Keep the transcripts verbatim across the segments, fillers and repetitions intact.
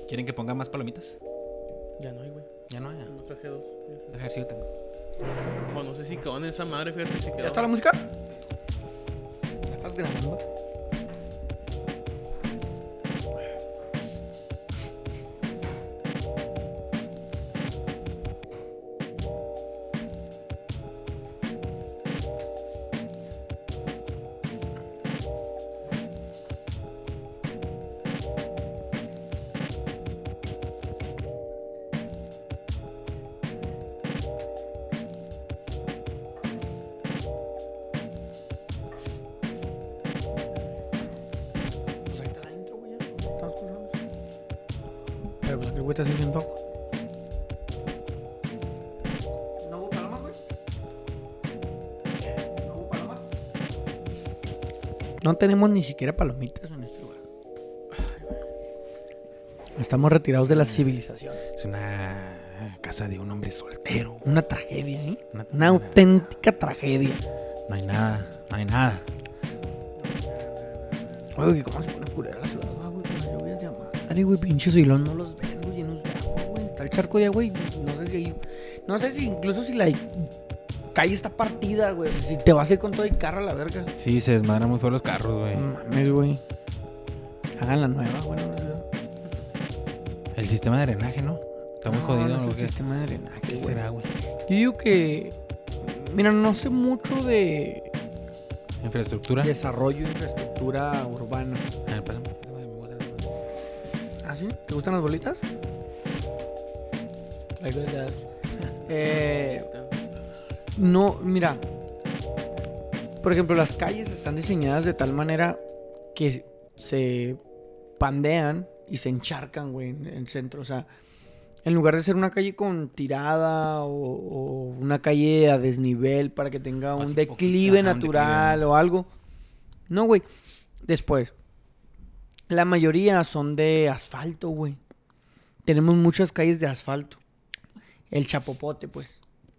¿Quieren que ponga más palomitas? Ya no hay, güey. Ya no, ya. No traje dos. Deja ver si yo tengo. Bueno, no sé si quedó en esa madre, fíjate si quedó. ¿Ya está la música? ¿Ya estás grabando? Pues ahí está la intro, güey, ya. Estamos escuchando. Pero pues aquí el güey está sirviendo agua. ¿No hubo palomas, güey? ¿No hubo palomas? No tenemos ni siquiera palomitas en este lugar. Estamos retirados de la civilización. Es una casa de un hombre soltero. Una tragedia, ¿eh? Una- Una auténtica tragedia. No hay nada, no hay nada. Oye, ¿cómo se pone culera la ciudad, güey? Con las lluvias de madre, güey, pinches hilón, no los ves, güey, llenos de agua, güey. Está el charco de agua y no sé si ahí- no sé si incluso si la calle está partida, güey. O sea, si te vas a ir con todo el carro a la verga. Sí, se desmadran muy feo los carros, güey. No mames, güey. Hagan la nueva, güey. No, no, El sistema de drenaje, ¿no? Está muy jodido, no es ¿no? el ¿Qué? sistema de drenaje, ¿Qué güey. será, güey? Yo digo que... Mira, no sé mucho de ¿Infraestructura? desarrollo de infraestructura urbana. A ver, pásame, pásame, me gusta las bolas. ¿Ah, sí? ¿Te gustan las bolitas? Traigo las... Eh... No, mira. Por ejemplo, las calles están diseñadas de tal manera que se pandean y se encharcan, güey, en el centro. O sea, en lugar de ser una calle con tirada o, o una calle a desnivel para que tenga un Así declive poquito, ajá, un natural declive. o algo. No, güey. Después, la mayoría son de asfalto, güey. Tenemos muchas calles de asfalto. El chapopote, pues.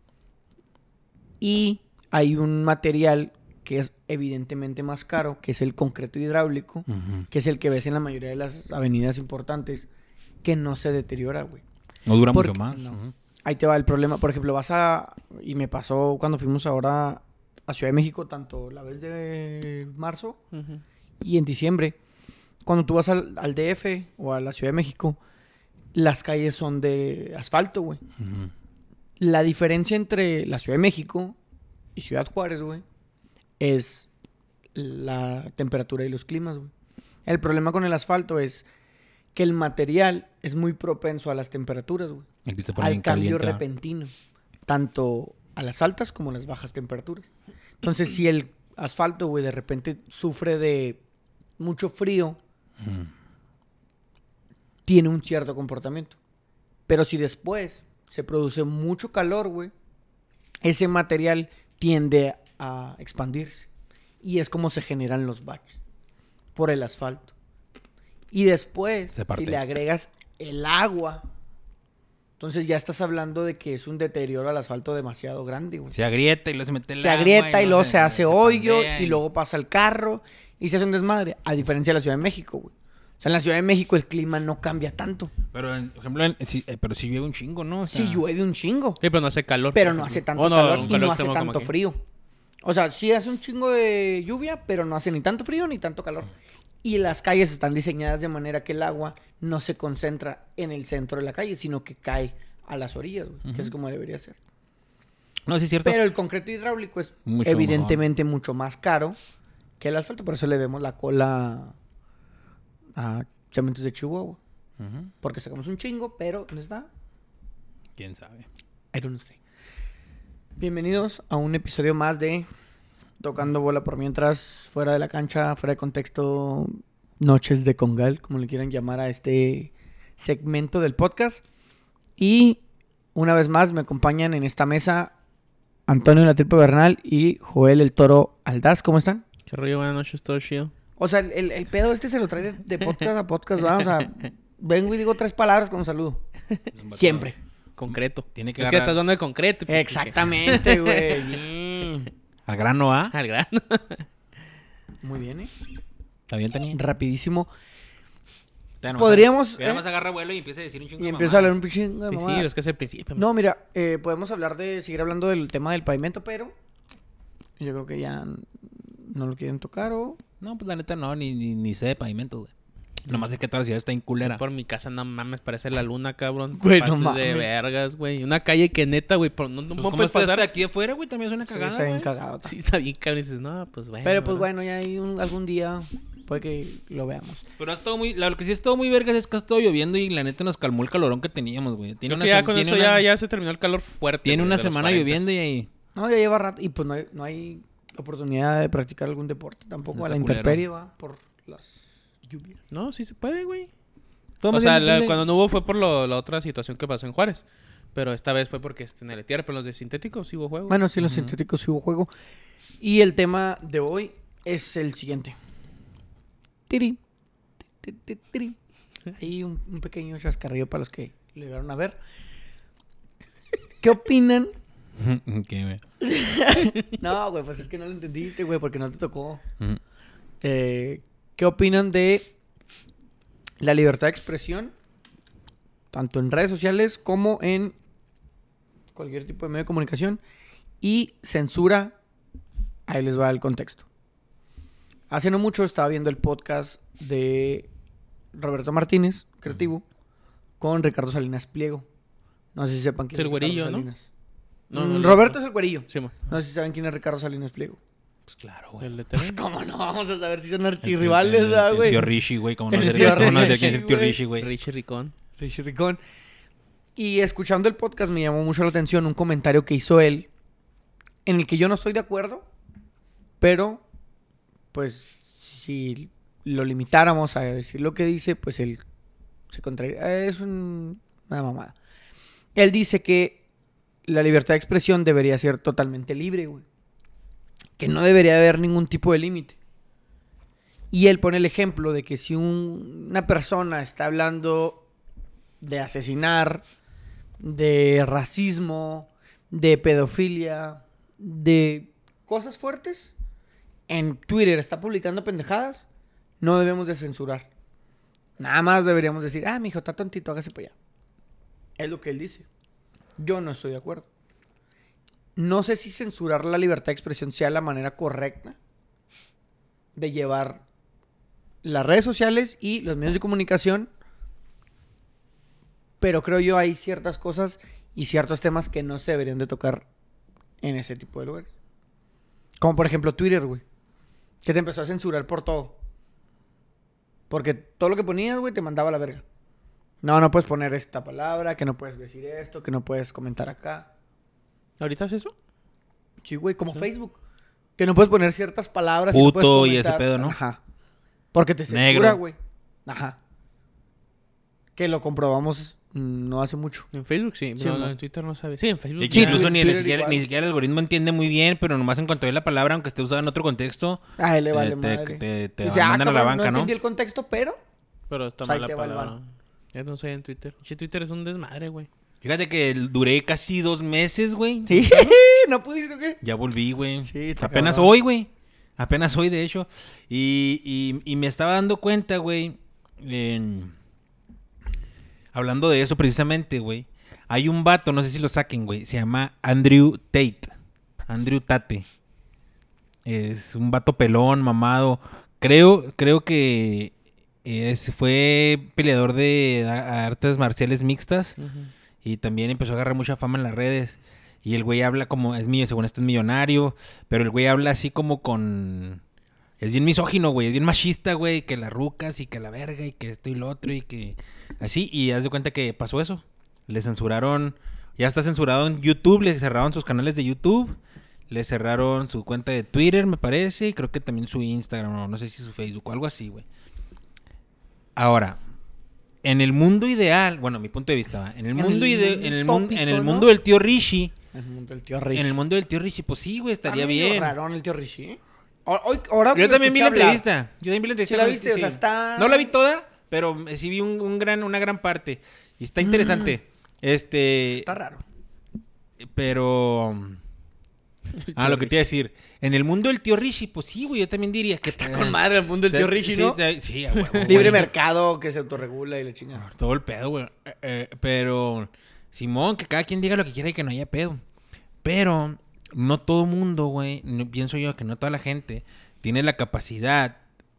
Y hay un material que es evidentemente más caro, que es el concreto hidráulico, Ujú. que es el que ves en la mayoría de las avenidas importantes, que no se deteriora, güey. No dura Porque- mucho más. no. Ujú. Ahí te va el problema. Por ejemplo, vas a... Y me pasó cuando fuimos ahora a Ciudad de México, tanto la vez de marzo Ujú. y en diciembre. Cuando tú vas al, al D F o a la Ciudad de México, las calles son de asfalto, güey. Ujú. La diferencia entre la Ciudad de México y Ciudad Juárez, güey, es la temperatura y los climas, güey. El problema con el asfalto es que el material es muy propenso a las temperaturas, güey. Aquí se pone Al bien cambio caliente. repentino, tanto a las altas como a las bajas temperaturas. Entonces, si el asfalto, güey, de repente sufre de mucho frío, Ujú. tiene un cierto comportamiento. Pero si después se produce mucho calor, güey, ese material tiende a expandirse. Y es como se generan los baches. Por el asfalto. Y después, Se parte. si le agregas el agua, entonces ya estás hablando de que es un deterioro al asfalto demasiado grande, güey. Se agrieta y luego se mete el Se agua agrieta y luego se, hace hoyo pandea y luego pasa el carro y se hace un desmadre. A diferencia de la Ciudad de México, güey. O sea, en la Ciudad de México el clima no cambia tanto. Pero, en- por ejemplo, en- sí, eh, pero si llueve un chingo, ¿no? O sea, Sí llueve un chingo, Sí, pero no hace calor. pero por no ejemplo. hace tanto Oh, no, calor un y calor no hace extremo como tanto aquí. frío. O sea, sí hace un chingo de lluvia, pero no hace ni tanto frío ni tanto calor. Y las calles están diseñadas de manera que el agua no se concentra en el centro de la calle, sino que cae a las orillas, güey, que es como debería ser. No, sí es cierto. Pero el concreto hidráulico es Mucho evidentemente mucho más caro que el asfalto, por eso le vemos la cola a Cementos de Chihuahua. Ujú. Porque sacamos un chingo, pero ¿dónde está? ¿Quién sabe? I don't know. Bienvenidos a un episodio más de Tocando Bola por Mientras, fuera de la cancha, fuera de contexto, Noches de Congal, como le quieran llamar a este segmento del podcast. Y una vez más me acompañan en esta mesa Antonio La Tripa Bernal y Joel El Toro Aldaz. ¿Cómo están? Qué rollo, buenas noches, todo chido. O sea, el, el- el pedo este se lo trae de, de podcast a podcast, ¿va? O sea, vengo y digo tres palabras con saludo. Siempre. Concreto. Tiene que es que agarrar- estás hablando de concreto. pues, Exactamente, güey. Bien. Al grano, ¿ah? dije, Al grano. Muy bien, ¿eh? ¿Está bien, Tania? Rapidísimo. Ya nomás- podríamos... ya nomás ¿eh? agarra vuelo y empieza a decir un chingo Y de empieza a hablar un mamadas. pinche de Sí, sí, mamadas. es que es el principio. No, mira, eh, podemos hablar de... Seguir hablando del tema del pavimento, pero... Yo creo que ya no lo quieren tocar o... No, pues la neta no, ni, ni, ni sé de pavimentos, güey. Nomás es que toda la ciudad está en culera. Por mi casa, no mames, parece la luna, cabrón. Güey, no Pases de mames. vergas, güey. Una calle que neta, güey, por- no, no, Pues, no ¿cómo puedes está pasar. este aquí afuera, güey? También es una Sí, cagada, está bien güey. cagado. Sí, está bien, cabrón. Y dices, no, pues bueno. Pero pues ¿verdad? bueno, ya hay un, algún día... Puede que lo veamos. Pero ha estado muy... Lo que sí ha estado muy vergas es que ha estado lloviendo y la neta nos calmó el calorón que teníamos, güey. Tiene Creo una que ya sem- con tiene eso una- ya, ya se terminó el calor fuerte. Tiene güey, una de los semana cuarenta. lloviendo y ahí... No, ya lleva rato. Y pues no hay, no hay oportunidad de practicar algún deporte tampoco. No A la está culero. intemperie va por las lluvias. No, sí se puede, güey. Todo O más sea, bien la- depende- cuando no hubo fue por lo- la otra situación que pasó en Juárez. Pero esta vez fue porque este, en el tierra, pero los de sintéticos sí hubo juego. Bueno, sí, los Ujú. sintéticos sí hubo juego. Y el tema de hoy es el siguiente. Tiri. Ti, ti, ti, tiri. Ahí un, un pequeño chascarrillo para los que lo llegaron a ver. ¿Qué opinan? ¿Qué, güey? No, güey, pues es que no lo entendiste, güey, porque no te tocó. Ujú. Eh, ¿Qué opinan de la libertad de expresión? Tanto en redes sociales como en cualquier tipo de medio de comunicación. Y censura. Ahí les va el contexto. Hace no mucho estaba viendo el podcast de Roberto Martínez, creativo, con Ricardo Salinas Pliego. No sé si sepan quién Es el es Ricardo güerillo, ¿no? Salinas. No, Mm, no, el Roberto otro. es el güerillo. Sí, mo. No sé si saben quién es Ricardo Salinas Pliego. Pues claro, güey. El de T V. Pues cómo no, vamos a saber si son El tío- archirrivales, el- el- ¿verdad, El güey? tío Rishi, güey. Como no El sé tío cómo no sé Rishi, quién es el tío güey. Rishi, güey. Richie Ricón. Richie Ricón. Y escuchando el podcast me llamó mucho la atención un comentario que hizo él, en el que yo no estoy de acuerdo, pero pues si lo limitáramos a decir lo que dice, pues él se contraría. Es un- una mamada. Él dice que la libertad de expresión debería ser totalmente libre, güey. Que no debería haber ningún tipo de límite. Y él pone el ejemplo de que si un- una persona está hablando de asesinar, de racismo, de pedofilia, de cosas fuertes, en Twitter está publicando pendejadas, no debemos de censurar. Nada más deberíamos decir, ah, mijo, está tontito, hágase para allá. Es lo que él dice. Yo no estoy de acuerdo. No sé si censurar la libertad de expresión sea la manera correcta de llevar las redes sociales y los medios de comunicación, pero creo yo hay ciertas cosas y ciertos temas que no se deberían de tocar en ese tipo de lugares. Como por ejemplo Twitter, güey. Que te empezó a censurar por todo. Porque todo lo que ponías, güey, te mandaba a la verga. No, no puedes poner esta palabra, que no puedes decir esto, que no puedes comentar acá. ¿Ahorita es eso? Sí, güey, como Facebook. Que no puedes poner ciertas palabras. no Puto puedes y ese comentar. pedo, ¿no? Ajá. Porque te censura, Negro. güey. Ajá. Que lo comprobamos mm, no hace mucho. En Facebook sí. Sí, no, mo. no, en Twitter no sabe. Sí, en Facebook. De hecho, Sí, ya. incluso Twitter ni, ni, igual. siquiera, ni siquiera el algoritmo entiende muy bien, pero nomás en cuanto ve la palabra, aunque esté usada en otro contexto, A él le eh, vale te, madre. te, te Dice, ah, mandan a la cabrón, banca, no ¿no? entendí el contexto, pero... Pero está Pues ahí mal la te va el palabra. varo. Ya no sé en Twitter. Che, Twitter es un desmadre, güey. Fíjate que duré casi dos meses, güey. Sí, ¿no pudiste o qué? Ya volví, güey. Sí, está Apenas cabrón. hoy, güey. Apenas hoy, de hecho. Y, y, y me estaba dando cuenta, güey. en- Hablando de eso precisamente, güey. Hay un vato, no sé si lo saquen, güey. Se llama Andrew Tate. Andrew Tate. Es un vato pelón, mamado. Creo, creo que es, fue peleador de a- artes marciales mixtas. Y también empezó a agarrar mucha fama en las redes. Y el güey habla como, es mío, según esto es millonario. Pero el güey habla así como con... Es bien misógino, güey. Es bien machista, güey. Que las rucas y que la verga y que esto y lo otro y que... Así. Y haz de cuenta que pasó eso. Le censuraron... Ya está censurado en YouTube. Le cerraron sus canales de YouTube. Le cerraron su cuenta de Twitter, me parece. Y creo que también su Instagram. No, no sé si su Facebook o algo así, güey. Ahora... En el mundo ideal, bueno, mi punto de vista, ¿va? en el En mundo el ide- mundo en el mundo distópico, en el ¿no? mundo del tío Rishi, En el mundo del tío Richie. en el mundo del tío Rishi, pues sí, güey, estaría bien. rarón el tío Richie, ¿eh? Ahora, hoy- ahora que Yo lo también vi la escuché hablar, entrevista. Yo también vi la entrevista. ¿Sí la con- viste? O sea, está- No la vi toda, pero sí vi un, un gran, una gran parte. Y está interesante. Este, Está raro. pero Ah, lo que te iba a decir. En el mundo del tío Richie, pues sí, güey, yo también diría que Está con madre el mundo del tío Richie, sí, ¿no? Sí, sí, a huevo, Libre güey. mercado, que se autorregula y le chinga. Todo el pedo, güey. Eh, eh, pero, Simón, que cada quien diga lo que quiera y que no haya pedo. Pero, no todo mundo, güey, no, pienso yo que no toda la gente tiene la capacidad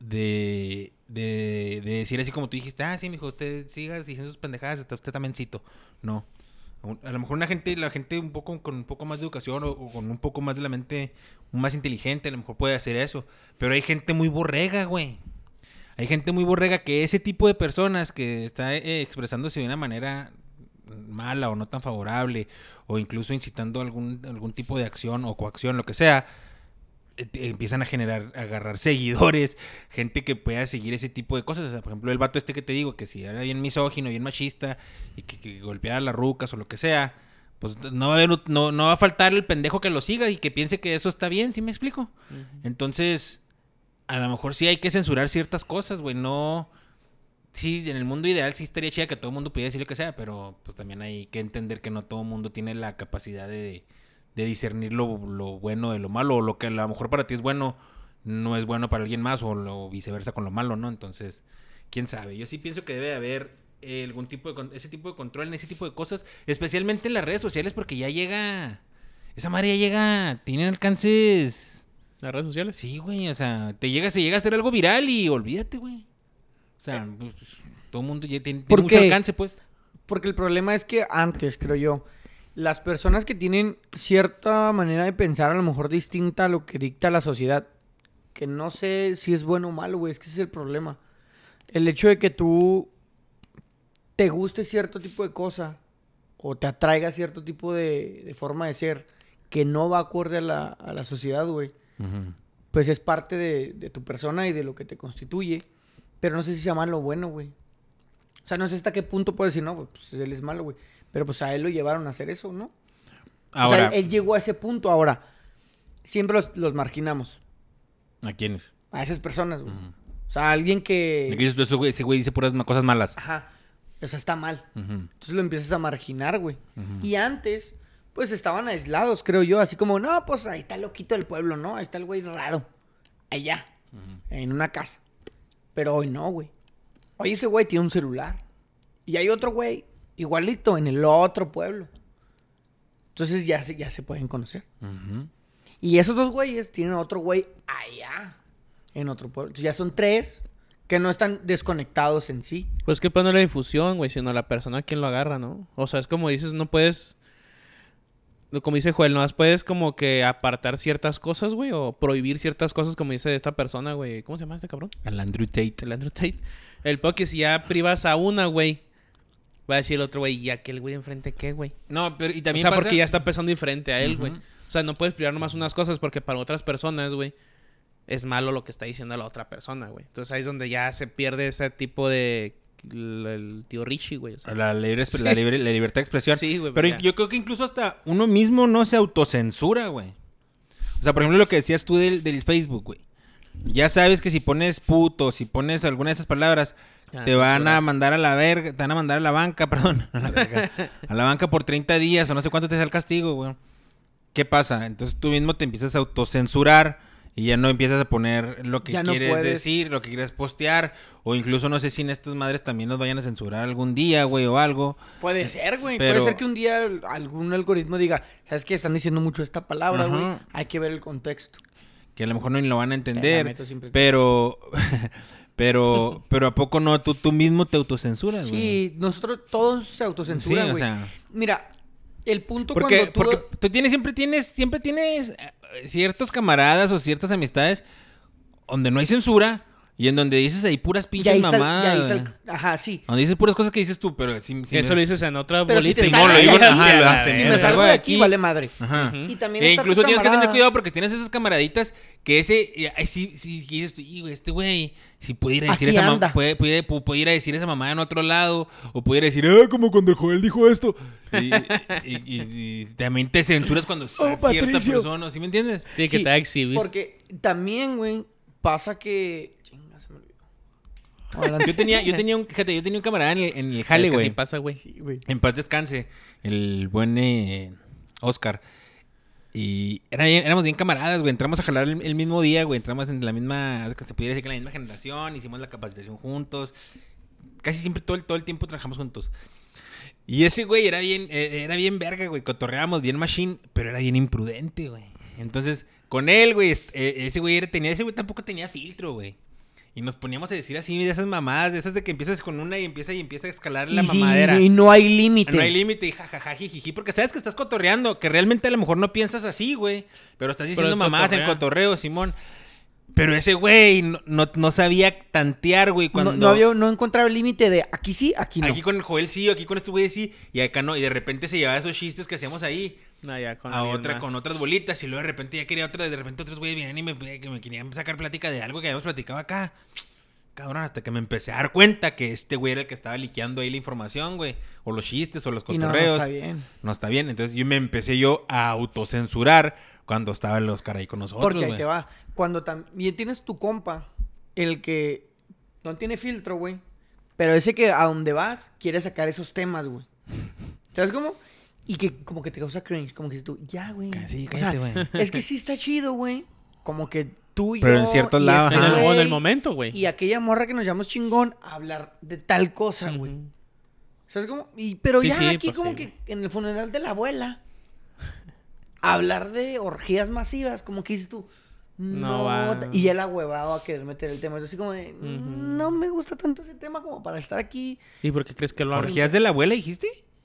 de, de, de decir así como tú dijiste, ah, sí, mijo, usted siga diciendo sus pendejadas, hasta usted también cito. No. A lo mejor una gente, la gente un poco con un poco más de educación o, o con un poco más de la mente más inteligente, a lo mejor puede hacer eso. Pero hay gente muy borrega, güey. Hay gente muy borrega que ese tipo de personas que está eh, expresándose de una manera mala o no tan favorable o incluso incitando algún algún tipo de acción o coacción, lo que sea, eh, empiezan a generar, a agarrar seguidores, gente que pueda seguir ese tipo de cosas. O sea, por ejemplo, el vato este que te digo, que si era bien misógino, bien machista y que, que golpeara a las rucas o lo que sea, pues no va a haber, no, no va a faltar el pendejo que lo siga y que piense que eso está bien, ¿sí me explico? Uh-huh. Entonces, a lo mejor sí hay que censurar ciertas cosas, güey, no... Sí, en el mundo ideal sí estaría chida que todo el mundo pudiera decir lo que sea, pero pues también hay que entender que no todo el mundo tiene la capacidad de, de discernir lo, lo bueno de lo malo, o lo que a lo mejor para ti es bueno no es bueno para alguien más, o lo viceversa con lo malo, ¿no? Entonces, quién sabe. Yo sí pienso que debe haber eh, algún tipo de ese tipo de control en ese tipo de cosas, especialmente en las redes sociales, porque ya llega, esa madre ya llega, tiene alcances. ¿Las redes sociales? Sí, güey, o sea, te llega, se llega a hacer algo viral y olvídate, güey. O sea, pues, todo el mundo ya tiene, tiene mucho alcance, pues. Porque el problema es que antes, creo yo, las personas que tienen cierta manera de pensar a lo mejor distinta a lo que dicta la sociedad, que no sé si es bueno o malo, güey, es que ese es el problema. El hecho de que tú te guste cierto tipo de cosa o te atraiga cierto tipo de, de forma de ser que no va acorde a la, a la sociedad, güey, uh-huh. Pues es parte de, de tu persona y de lo que te constituye. Pero no sé si sea malo o bueno, güey. O sea, no sé hasta qué punto puedo decir, no, pues él es malo, güey. Pero pues a él lo llevaron a hacer eso, ¿no? Ahora, o sea, él, él llegó a ese punto. Ahora, siempre los, los marginamos. ¿A quiénes? A esas personas, güey. Uh-huh. O sea, alguien que... Ese güey, ese güey dice puras cosas malas. Ajá. O sea, está mal. Uh-huh. Entonces lo empiezas a marginar, güey. Uh-huh. Y antes, pues estaban aislados, creo yo. Así como, no, pues ahí está el loquito del pueblo, ¿no? Ahí está el güey raro. Allá. Uh-huh. En una casa. Pero hoy no, güey. Hoy ese güey tiene un celular. Y hay otro güey igualito en el otro pueblo. Entonces ya se, ya se pueden conocer. Uh-huh. Y esos dos güeyes tienen otro güey allá, en otro pueblo. Entonces ya son tres que no están desconectados en sí. Pues que para no la difusión, güey, sino la persona quien lo agarra, ¿no? O sea, es como dices, no puedes... Como dice Joel, no puedes como que apartar ciertas cosas, güey, o prohibir ciertas cosas, como dice esta persona, güey. ¿Cómo se llama este cabrón? El Andrew Tate. El Andrew Tate. El peor que si ya privas a una, güey, va a decir el otro, güey, ¿y aquel güey enfrente qué, güey? No, pero y también O sea, pasa... porque ya está pensando diferente a él, güey. Uh-huh. O sea, no puedes privar nomás unas cosas porque para otras personas, güey, es malo lo que está diciendo la otra persona, güey. Entonces ahí es donde ya se pierde ese tipo de... El, el tío Richie, güey. O sea. La, libre, sí. la, libre, la libertad de expresión. Sí, güey. Pero ya. yo creo que incluso hasta uno mismo no se autocensura, güey. O sea, por ejemplo, lo que decías tú del, del Facebook, güey. Ya sabes que si pones puto, si pones alguna de esas palabras, ah, te van a mandar a la verga, te van a mandar a la banca, perdón, a la verga, a la banca por treinta días o no sé cuánto te sea el castigo, güey. ¿Qué pasa? Entonces tú mismo te empiezas a autocensurar y ya no empiezas a poner lo que ya quieres no decir, lo que quieres postear, o incluso no sé si en estas madres también nos vayan a censurar algún día, güey, o algo. Puede ser, güey. Pero... Puede ser que un día algún algoritmo diga, ¿sabes qué? Están diciendo mucho esta palabra, güey. Hay que ver el contexto. Que a lo mejor no lo van a entender, pero... pero pero ¿a poco no? Tú, tú mismo te autocensuras, güey. Sí, nosotros todos se autocensuran, güey. Sí, o sea... Mira, el punto porque, cuando tú... Porque tú tienes, siempre tienes, siempre tienes... ciertos camaradas o ciertas amistades donde no hay censura y en donde dices ahí puras pinches mamadas. El... Ajá, sí. Donde dices puras cosas que dices tú, pero... Si, si eso me... lo dices en otra pero bolita. Si sí, lo digo, ajá, lo ajá, si me salgo de aquí, vale madre. Ajá. Uh-huh. Y también e está incluso tienes camarada... que tener cuidado porque tienes esos camaraditas que ese... Eh, sí, sí, dices tú, este güey, si puede ir a decir aquí esa mamá, puede, puede, puede ir a decir esa mamá en otro lado, o puede ir a decir, ah, como cuando el Joel dijo esto. Y, y, y, y también te censuras cuando oh, cierta persona, ¿sí me entiendes? Sí, que sí, te va a exhibir. Porque también, güey, pasa que... Chinga, se me olvidó. Yo tenía, yo tenía un, fíjate, yo tenía un camarada en el, en el jale, güey. Sí pasa, güey. Sí, güey. En paz descanse, el buen eh, Oscar. Y era bien, éramos bien camaradas, güey. Entramos a jalar el, el mismo día, güey. Entramos en la misma, que se pudiera decir que en la misma generación. Hicimos la capacitación juntos. Casi siempre todo el, todo el tiempo trabajamos juntos. Y ese güey era bien, eh, era bien verga, güey. Cotorreábamos bien machine, pero era bien imprudente, güey. Entonces, con él, güey, eh, ese güey era, tenía, ese güey tampoco tenía filtro, güey. Y nos poníamos a decir así de esas mamadas, de esas de que empiezas con una y empieza y empieza a escalar la Y sí, mamadera. y no hay límite. No hay límite y jajaja, jijiji, porque sabes que estás cotorreando, que realmente a lo mejor no piensas así, güey. Pero estás diciendo es mamadas en cotorrea. cotorreo, Simón. Pero ese güey no, no, no sabía tantear, güey, cuando... No, no había, no encontraba el límite de aquí sí, aquí no. Aquí con el Joel sí, aquí con estos güeyes sí, y acá no. Y de repente se llevaba esos chistes que hacíamos ahí No, ya con a alguien otra, más. con otras bolitas. Y luego de repente ya quería otra, de repente otros güeyes venían y me, que me querían sacar plática de algo que habíamos platicado acá. Cabrón, hasta que me empecé a dar cuenta que este güey era el que estaba liqueando ahí la información, güey. O los chistes, o los Y no, no cotorreos. está bien. No está bien. Entonces yo me empecé yo a autocensurar cuando estaba el Oscar ahí con nosotros, Porque ahí güey. te va. Cuando también tienes tu compa, el que no tiene filtro, güey. Pero ese que a donde vas quiere sacar esos temas, güey. ¿Sabes cómo? Y que como que te causa cringe. Como que dices tú, ya, güey. Sí, O sea, cállate, güey. es que sí está chido, güey. Como que tú y Pero yo. en ciertos y lados, este En el, ajá. o en el güey, momento, güey. Y aquella morra que nos llamamos chingón a hablar de tal cosa, güey. Ujú. ¿Sabes cómo? Y, pero Sí, ya sí, aquí pues como sí, que güey. en el funeral de la abuela, hablar de orgías masivas, como que dices tú, no, No va. y él huevado a querer meter el tema. Es así como de, Ujú. no me gusta tanto ese tema como para estar aquí. ¿Y por qué crees que lo hago? ¿Orgías de la abuela dijiste?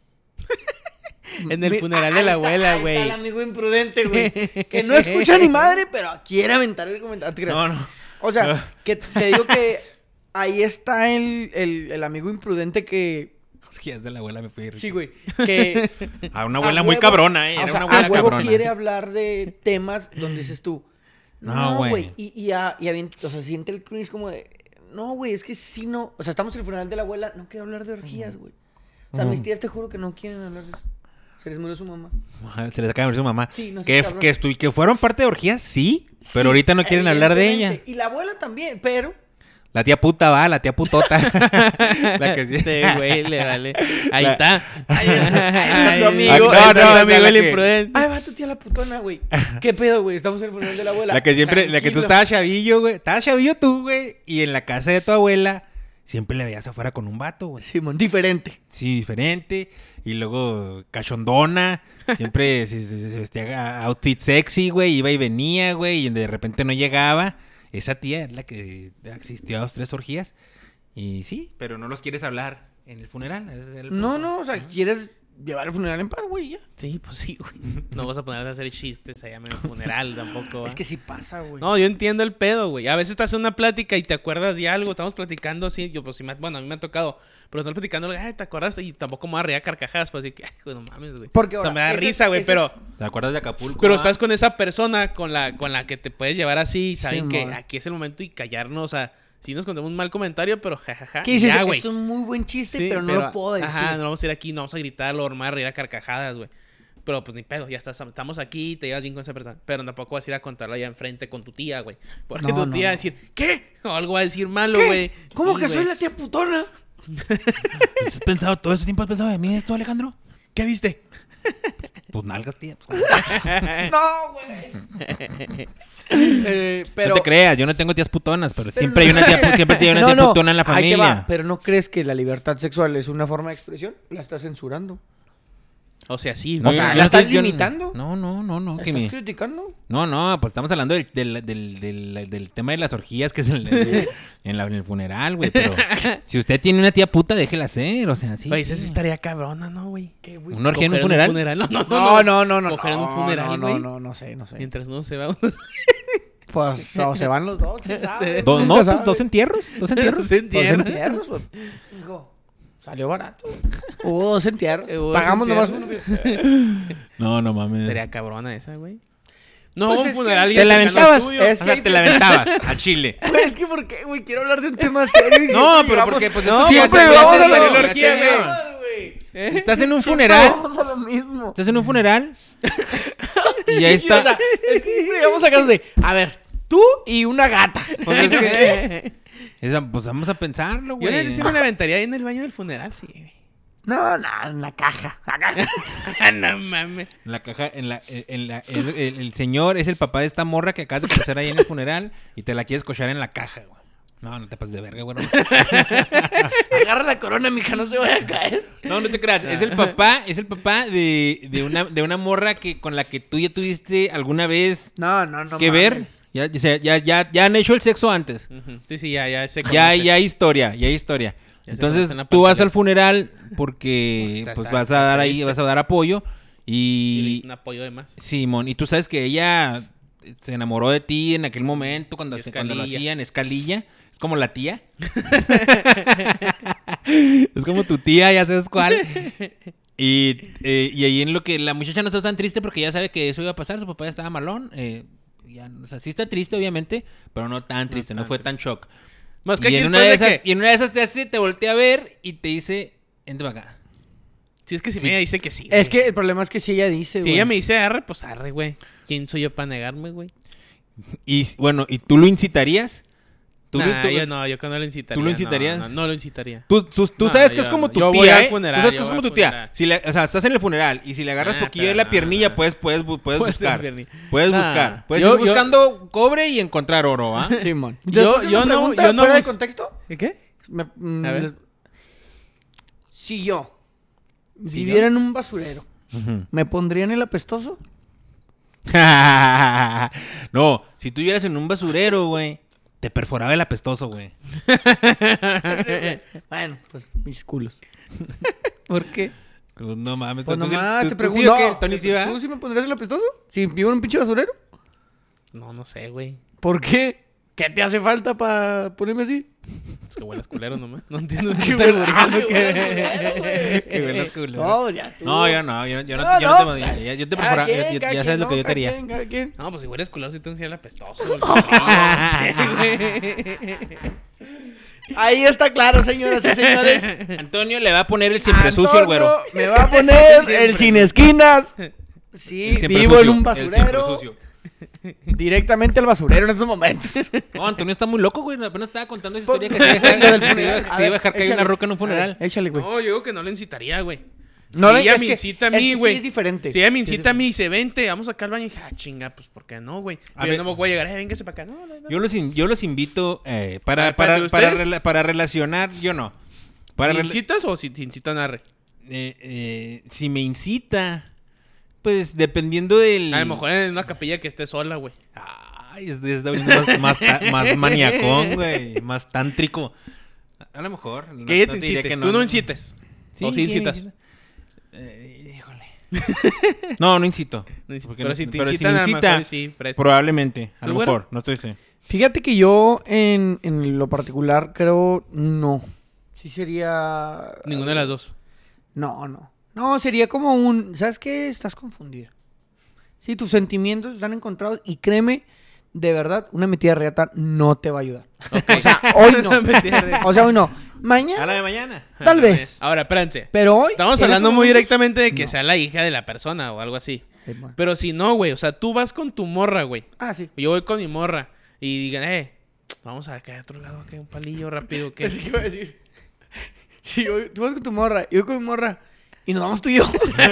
En el Mi- funeral ahí de la está, abuela, ahí güey. está el amigo imprudente, güey, que no escucha ni madre, pero quiere aventar el comentario. ¿Te creas? No, no. O sea, que te digo que ahí está el, el, el amigo imprudente que... Orgías de la abuela me fui. Sí, güey. Que A una abuela a muy huevo- cabrona, eh. o Era sea, una abuela a huevo cabrona. quiere hablar de temas donde dices tú, No, no, güey. güey. Y, y, a- y avient- o sea, siente el cringe como de, no, güey, es que sí no. O sea, estamos en el funeral de la abuela, no quiero hablar de orgías, güey. O sea, mis tías te juro que no quieren hablar de eso. Se les murió su mamá. Ajá, se les acaba de morir su mamá. Sí, no sé que, qué habló. que, estu- que fueron parte de orgías, sí. Pero Sí, ahorita no quieren hablar de ella. evidentemente. Y la abuela también, pero. La tía puta va, la tía putota. La que sí. Este güey le vale. Ahí La- está. Ahí está, ahí está tu amigo. Ah, no, ahí está no, tu o sea, amigo la el que- imprudente. Ay, va tu tía la putona, güey. ¿Qué pedo, güey? Estamos en el funeral de la abuela. La que siempre, la que tú Tranquilo. estabas chavillo, güey. Estabas chavillo tú, güey. Y en la casa de tu abuela, siempre le veías afuera con un vato, güey. Simón, diferente. Sí, diferente. Y luego cachondona. Siempre se, se- se vestía outfit sexy, güey. Iba y venía, güey. Y de repente no llegaba. Esa tía es la que asistió a dos, tres orgías. Y sí, pero no los quieres hablar en el funeral. Ese es el No, punto. no, o sea, quieres llevar el funeral en paz, güey, ya. Sí, pues sí, güey. No vas a poner a hacer chistes allá en el funeral tampoco. ¿va? Es que sí pasa, güey. No, yo entiendo el pedo, güey. A veces estás en una plática y te acuerdas de algo. Estamos platicando así. Yo, pues, sí me- bueno, a mí me ha tocado. Pero estamos platicando, ay, ¿te acuerdas? Y tampoco me voy a reír a carcajadas. Pues así que, ay, güey, no mames, güey. Porque O sea, ahora, me da ese- risa, güey. ese Pero, es- ¿Te acuerdas de Acapulco? pero ah? estás con esa persona con la, con la que te puedes llevar así. Y saben Sí, que mon. aquí es el momento y callarnos. O sea, sí nos contamos un mal comentario, pero jajaja. ¿Qué dices? Ya, güey. Es un muy buen chiste, Sí, pero no lo puedo decir. Ajá, no vamos a ir aquí, no vamos a gritar, lo normal, reír a carcajadas, güey. Pero pues ni pedo, ya estás, estamos aquí, te llevas bien con esa persona. Pero tampoco vas a ir a contarlo allá enfrente con tu tía, güey. Porque No, tu no, tía va a no. decir, ¿qué? O algo va a decir malo, ¿Qué? güey. ¿Cómo Sí, que güey. soy la tía putona? ¿Has pensado, todo ese tiempo has pensado de mí esto, Alejandro? ¿Qué viste? Pues nalgas, tía. Pues, No, güey. eh, pero... No te creas, yo no tengo tías putonas, pero, siempre hay una tía, pu- siempre tiene una No, tía no, putona en la ahí te va. familia. Pero ¿no crees que la libertad sexual es una forma de expresión? La estás censurando. O sea, sí, No, o sea, yo ¿la no estás estoy- yo- limitando? No, no, no, no. ¿La Que estás mi- criticando? No, no, pues estamos hablando del, del, del, del, del tema de las orgías que es el, el- en, la- en el funeral, güey. Pero si usted tiene una tía puta, déjela ser, o sea, sí. Güey, sí. esa sí estaría cabrona, ¿no, güey? ¿Qué, güey? ¿Una orgía en un Coger funeral? No, no, no. No, no, no, no. Coger en un no, funeral, no, güey. no, no, no sé, no sé. Mientras no se va uno. Pues, o se van los dos, ¿quién sabe? Dos, Nunca no, pues, sabe. dos entierros, dos entierros. Se Dos entiende. entierros, güey. Digo, salió barato. Hubo dos entierros. Hubo dos Pagamos nomás entierros. uno. No, no mames. Sería cabrona esa, güey. No, Pues un es que- funeral. y Te la cercano aventabas, tuyo. Es o que sea, hay- te la aventabas a Chile. Güey, es que ¿por qué, güey? Quiero hablar de un tema serio y No, siempre pero llegamos- porque, pues, no, esto sí siempre ya se- vamos ya a se salió la la orgía, güey. Estás en un Siempre funeral, vamos a lo mismo. estás en un funeral y ahí Sí, o sea, está. es que siempre llegamos a casos de, a ver, tú y una gata. Pues es que- esa- pues vamos a pensarlo, Yo güey. sí me la aventaría ahí en el baño del funeral, sí, güey. No, no, en la caja. No mames. En la caja, en la, en la, el, el, el señor es el papá de esta morra que acabas de conocer ahí en el funeral y te la quieres cochar en la caja, güey. No, no te pases de verga, güey. Agarra la corona, mija, no se vaya a caer. No, no te creas. Es el papá, es el papá de, de una, de una morra que con la que tú ya tuviste alguna vez No, no, no. que mames. ver. Ya, ya, ya, ya, ya han hecho el sexo antes. Ujú. Sí, sí, ya, ya se Ya, conoce. ya hay historia, ya hay historia. Ya se Entonces, conocen la tú vas pantalla. al funeral porque Pues, pues está- vas a dar ahí, está vas a dar apoyo Y le y hice un apoyo de más. Simón, y tú sabes que ella se enamoró de ti en aquel momento cuando, Y se- cuando lo Escalilla. hacían, Escalilla. Es como la tía. Es como tu tía, ya sabes cuál. Y, eh, y ahí en lo que la muchacha no está tan triste porque ya sabe que eso iba a pasar, su papá ya estaba malón. Eh, ya, o sea, sí está triste, obviamente, pero no tan triste, no, tan fue triste. tan shock. Más que Y aquí en, una de después de esas, que- y en una de esas te hace, te voltea a ver y te dice, entra para acá. Si es que si Sí. ella dice que sí. Es güey. que el problema es que si ella dice, Si güey. ella me dice arre, pues arre, güey. ¿Quién soy yo para negarme, güey? Y bueno, ¿y tú lo incitarías? ¿Tú, lo- Nah, tú- yo no, yo que no lo incitaría. ¿Tú lo no, incitarías? No, no, lo incitaría. Tú, tú, tú No, sabes que yo es como no. tu Yo voy tía, al ¿eh? funeral, Tú sabes yo que es voy como al tu tía. funeral. Si le, o sea, estás en el funeral y si le agarras Ah, poquillo de pero la no, piernilla, no. puedes, puedes, bu- puedes Puede ser buscar. piernilla. Puedes Nah. buscar. Puedes Yo- ir yo- buscando cobre y encontrar oro, ¿ah? Simón. Yo- Yo, yo yo no- no, yo no fuera de bus- contexto. ¿Qué? Me- mm, A ver. Si yo Si viviera yo. en un basurero, ¿me pondría en el apestoso? No, si tú vivieras en un basurero, güey, te perforaba el apestoso, güey. Bueno, pues mis culos. ¿Por qué? Pues no mames. Pues tú- tú- nomás tú- te tú pregunto. sí o qué, No, el Tony sí va. ¿Tú sí me pondrías el apestoso? Si vivo en un pinche basurero. No, no sé, güey. ¿Por qué? ¿Qué te hace falta para ponerme así? Es que huelas culero nomás. No entiendo qué Qué está huele- albureando qué que- huele culero, güey. Que huelas culero. No, ya tú. No, yo no, yo, yo no, No, yo no te no, podía. pues, Ya, yo te cada perforaba, quien, ya, ya- cada ya quien, sabes lo no, que yo te cada haría. quien, cada quien. No, pues si hueles culero, sí te un apestoso. No sé, güey. Ahí está claro, señoras y señores. Antonio le va a poner el siempre sucio al güero. Antonio me va a poner el sin esquinas. Sí, El siempre vivo sucio, en un el siempre basurero. sucio. Directamente al basurero en estos momentos. No, Antonio está muy loco, güey. Apenas estaba contando esa Pues, historia que se iba a lo del dejar, se funeral. iba- A se iba a ver, dejar caer échale. una roca en un A funeral. ver, échale, güey. No, yo digo que no le incitaría, güey. No, si le- ella es me que- incita a es que mí, sí güey. es diferente. Si ella me Sí es incita a mí y diferente. dice, vente, vamos acá al baño. Y dije, ah, chinga, pues, ¿por qué no, güey? A Yo ver. no me voy a llegar, eh, véngase para acá. No, no, no. Yo los, in- yo los invito eh, para, A ver, para, espérate, para, ¿ustedes? rela- para relacionar, yo no. Para ¿Me rela- incitas o si te incitan arre? eh, eh, si me incita, pues dependiendo del... A lo mejor en una capilla que esté sola, güey. Ay, es, es volviendo más, más, ta- más maniacón, güey. Más tántrico. A lo mejor. no- Que ella no te te diré incite. que Tú no incites. Sí, o sí que me incitas. incita. Eh, híjole. No, no incito. No incitas. Porque Pero no- si te pero incitan, me a lo incita, mejor sí, presta. probablemente. A ¿Tú, lo güero? mejor. No estoy seguro. Fíjate que yo en, en lo particular creo no. Sí sería... Ninguna de las dos. No, no. No, sería como un... ¿Sabes qué? Estás confundida. Sí, tus sentimientos están encontrados y créeme, de verdad, una metida de reata no te va a ayudar. O sea, hoy no. Metida de reata. O sea, hoy no. A la Mañana, de mañana. tal vez. Ahora, espérense. Pero hoy... Estamos en hablando estos muy momentos, directamente de que no. sea la hija de la persona o algo así. Sí, bueno. Pero si no, güey. O sea, tú vas con tu morra, güey. Ah, sí. Yo voy con mi morra. Y digan, eh, vamos a caer a otro lado, que un palillo rápido, que Así que iba a decir. Sí, hoy- tú vas con tu morra, yo voy con mi morra. Y nos vamos tú y yo.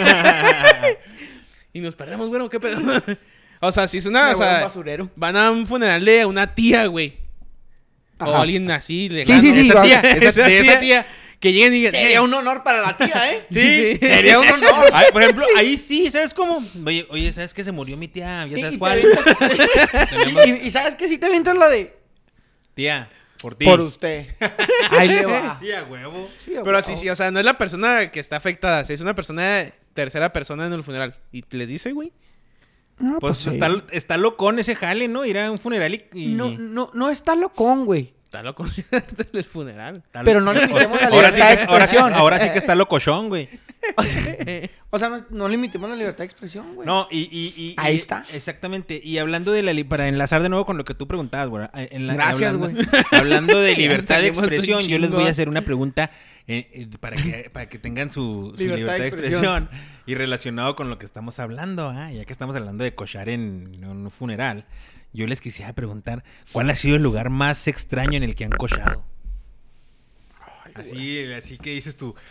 Y nos perdemos, güey, ¿qué pedo? O sea, si es una, Me o voy a un sea, basurero. van a un funeral de una tía, güey. O Ajá. alguien así, le Sí, sí, sí, Esa va- tía, esa, de esa tía. Que lleguen y digan, Sería eh, un honor para la tía, ¿eh? Sí, Sería un honor. Ay, por ejemplo, ahí sí, ¿sabes cómo? Oye, oye, ¿sabes que se murió mi tía? ¿Ya Y- sabes y cuál? te Tenemos- Y, y sabes que si te avientas la de... Tía, por ti. Por usted. Ahí le va. Sí, a huevo. Sí, a Pero huevo. así, sí, o sea, no es la persona que está afectada, es una persona, tercera persona en el funeral. Y les dice, güey. No, Pues sí. está, está locón ese jale, ¿no? Ir a un funeral y... y- No, no, no está locón, güey. Está loco del funeral. está pero lo- no limitemos la ahora sí libertad de que, ahora, sí- expresión. ahora sí que está locochón, güey. O sea, no, no limitemos la libertad de expresión, güey. No, y, y, y- Ahí y- está. Exactamente. Y hablando de la... li- Para enlazar de nuevo con lo que tú preguntabas, güey. en la- Gracias, hablando, güey. Hablando de libertad de Salimos un expresión, yo les voy chingo. a hacer una pregunta eh, eh, para, que, para que tengan su, su Libertad libertad, de de expresión. expresión. Y relacionado con lo que estamos hablando, ah, ya que estamos hablando de cochar en, en un funeral, yo les quisiera preguntar, ¿cuál ha sido el lugar más extraño en el que han cochado? Así, así que dices tú,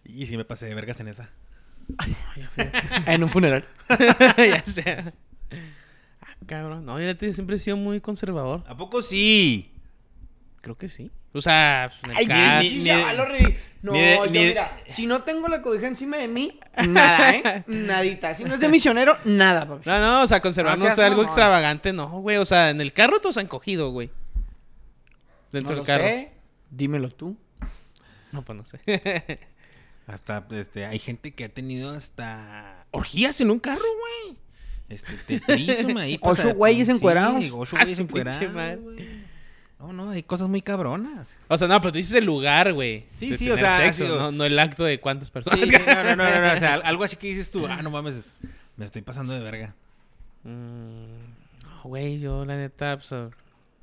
Y sí me pasé de vergas en esa. En un funeral. Ya sea. Ah, cabrón. No, yo siempre he sido muy conservador. ¿A poco sí? Creo que sí. O sea, pues, en el Ay, caso. ni, ni- ya, lo ri- No, ni de- yo ni de- mira, si no tengo la cobija encima de mí, nada, ¿eh? Nadita. Si no es de misionero, nada, papi. No, no, o sea, conservar No no seas es algo mamón. extravagante, no, güey. O sea, en el carro todos han cogido, güey. Dentro No del lo carro. sé. Dímelo tú. No, pues no sé. Hasta, este, hay gente que ha tenido hasta orgías en un carro, güey. Este, tetrismo ahí. Ocho pasa- güeyes sí, encuerados. ocho Ah, güeyes su pinche encuerados, madre. güey. No, no, hay cosas muy cabronas. O sea, no, pero tú dices el lugar, güey. Sí, de sí, o tener sea, sexo, ha sido- no, no el acto de cuántas personas. Sí, no, no, no, no, no, o sea, algo así que dices tú, ah, no mames, me estoy pasando de verga. Mm, no, güey, yo la neta, pues... ah,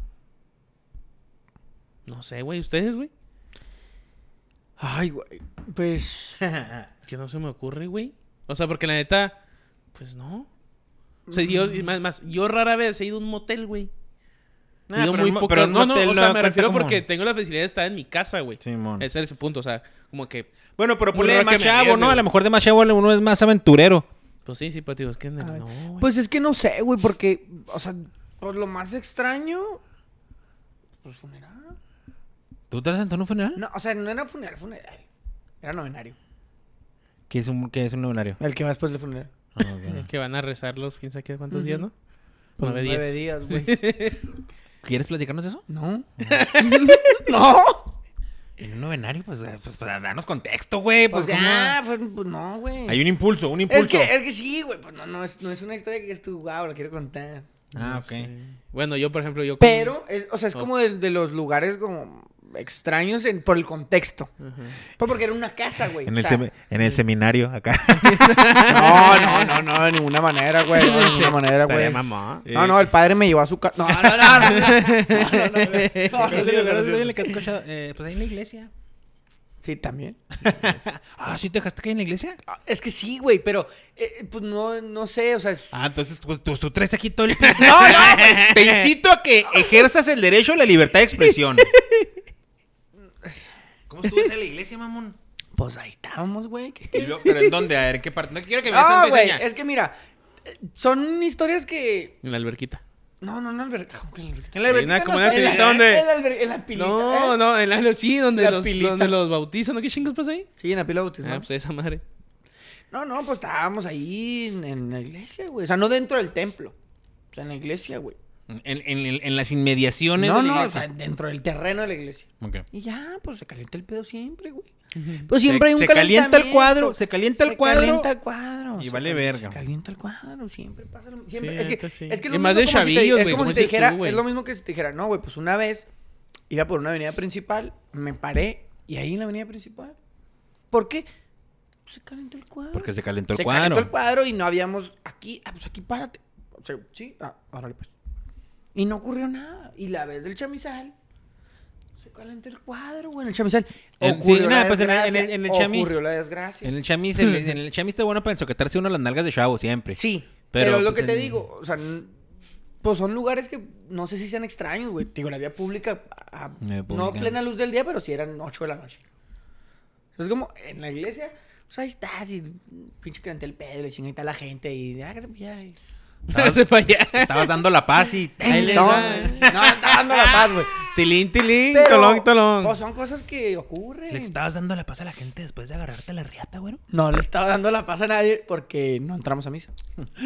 no sé, güey, ¿ustedes, güey? Ay, güey. Pues. Que no se me ocurre, güey. O sea, porque la neta, pues no. O sea, yo, y más, más, yo rara vez he ido a un motel, güey. He Ah, ido pero muy un mo- poco. pero un No, no, motel o no sea, me cuenta refiero como- porque tengo la facilidad de estar en mi casa, güey. Simón. Ese es el punto, o sea, como que... Bueno, pero Muy ponle raro más que me chavo, digas, ¿no? güey. A lo mejor de más chavo uno es más aventurero. Pues sí, sí, pues digo, es que... No, Ay, güey. Pues es que no sé, güey, porque. O sea, por lo más extraño. Pues funeral. ¿Tú te has sentado en un funeral? No, o sea, no era funeral, funeral. Era novenario. ¿Qué es un, qué es un novenario? El que va después del funeral. Ah, ok. Que van a rezar los quién sabe qué cuántos Ujú. días, ¿no? Pues Nueve nueve días. días, güey. ¿Quieres platicarnos de eso? No. No. En un novenario, pues, eh, pues para darnos contexto, güey. Pues, Pues ¿cómo? ya, pues, pues no, güey. Hay un impulso, un impulso. Es que, es que sí, güey. Pues no, no es, no es una historia que es tu wow, la quiero contar. Ah, No ok. sé. Bueno, yo, por ejemplo, yo... con- Pero, es, o sea, es Oh. como de, de los lugares como extraños en- por el contexto. Ajá. Pues porque era una casa, güey. En o el, sea, semi- en el seminario, acá. No, no, no, no, de ninguna manera, güey. No, de ninguna manera, Estaría güey. mamá. No, no, el padre me llevó a su casa. No, no, no, no. No, no, no, no, no. Eh, pues ahí en la iglesia. Sí, también. Ah, ¿sí te dejaste caer en la iglesia? Ah, Es que sí, güey, pero eh, pues no, no sé, o sea, es... Ah, entonces tú, tú- tú traes aquí todo el... No, no, te incito a que ejerzas el derecho a la libertad de expresión. ¿Cómo estuviste en la iglesia, mamón? Pues ahí estábamos, güey. ¿Qué Y quieres? luego, ¿pero en dónde? A ver, ¿en qué parte? No quiero que me des No, tanta güey, enseña. es que mira, eh, son historias que... En la alberquita. No, no, no, alberca. ¿Cómo que en la alberca? En la Hay alberquita una- no como está una bien, pilita ¿eh? donde- En la, alber- en la pilita. No, ¿eh? no, en la, sí, donde La los, pilita. donde los bautizan, ¿no? ¿Qué chingos pasa ahí? Sí, en la pila bautismal. Ah, pues esa madre. No, no, pues estábamos ahí en, en la iglesia, güey. O sea, no dentro del templo. O sea, en la iglesia, güey. En, en- en las inmediaciones No, de la no, o iglesia. sea, dentro del terreno de la iglesia. Ok. Y ya, pues se calienta el pedo siempre, güey. Pues siempre Se- hay un se calienta el calentamiento. cuadro, se calienta el Se cuadro. calienta el cuadro. Y se vale cal- verga. Se calienta el cuadro, siempre pasa lo siempre. Sí, es que, neta, sí. es que es Y lo más mismo de como si te- chavillos, es güey, como como si te dices tú, dijera, güey. es lo mismo que si te dijera, no, güey, pues una vez iba por una avenida principal, me paré y ahí en la avenida principal. ¿Por qué? Pues se calentó el cuadro. Porque se calentó el se cuadro. calentó el cuadro y no habíamos aquí, ah, pues aquí párate. O sea, sí, ah, órale pues. Y no ocurrió nada. Y la vez del chamizal, se calentó el cuadro, güey, en el chamizal. En- Ocurrió sí, la nada, pues en el- desgracia, en el- en el chami- Ocurrió la desgracia. En el chamis, en el, en el chamis está bueno para ensoquetarse uno las nalgas de chavo siempre. Sí, Pero, pero, es lo pues, que te en- digo, o sea, n- pues son lugares que no sé si sean extraños, güey. Te Digo, la vía pública, a- Vía no pública. plena luz del día, pero sí eran ocho de la noche. Es como en la iglesia, pues ahí estás y pinche que el pedo, le chingadita a la gente y hágase pues ya. y- Hágase para allá. Estabas dando la paz y... Ahí les No, va. no, está dando la paz, güey. Tilín, tilín, Pero, tolón, tolón. pues son cosas que ocurren. ¿Le estabas dando la paz a la gente después de agarrarte la riata, güero? No le estaba dando la paz a nadie porque no entramos a misa.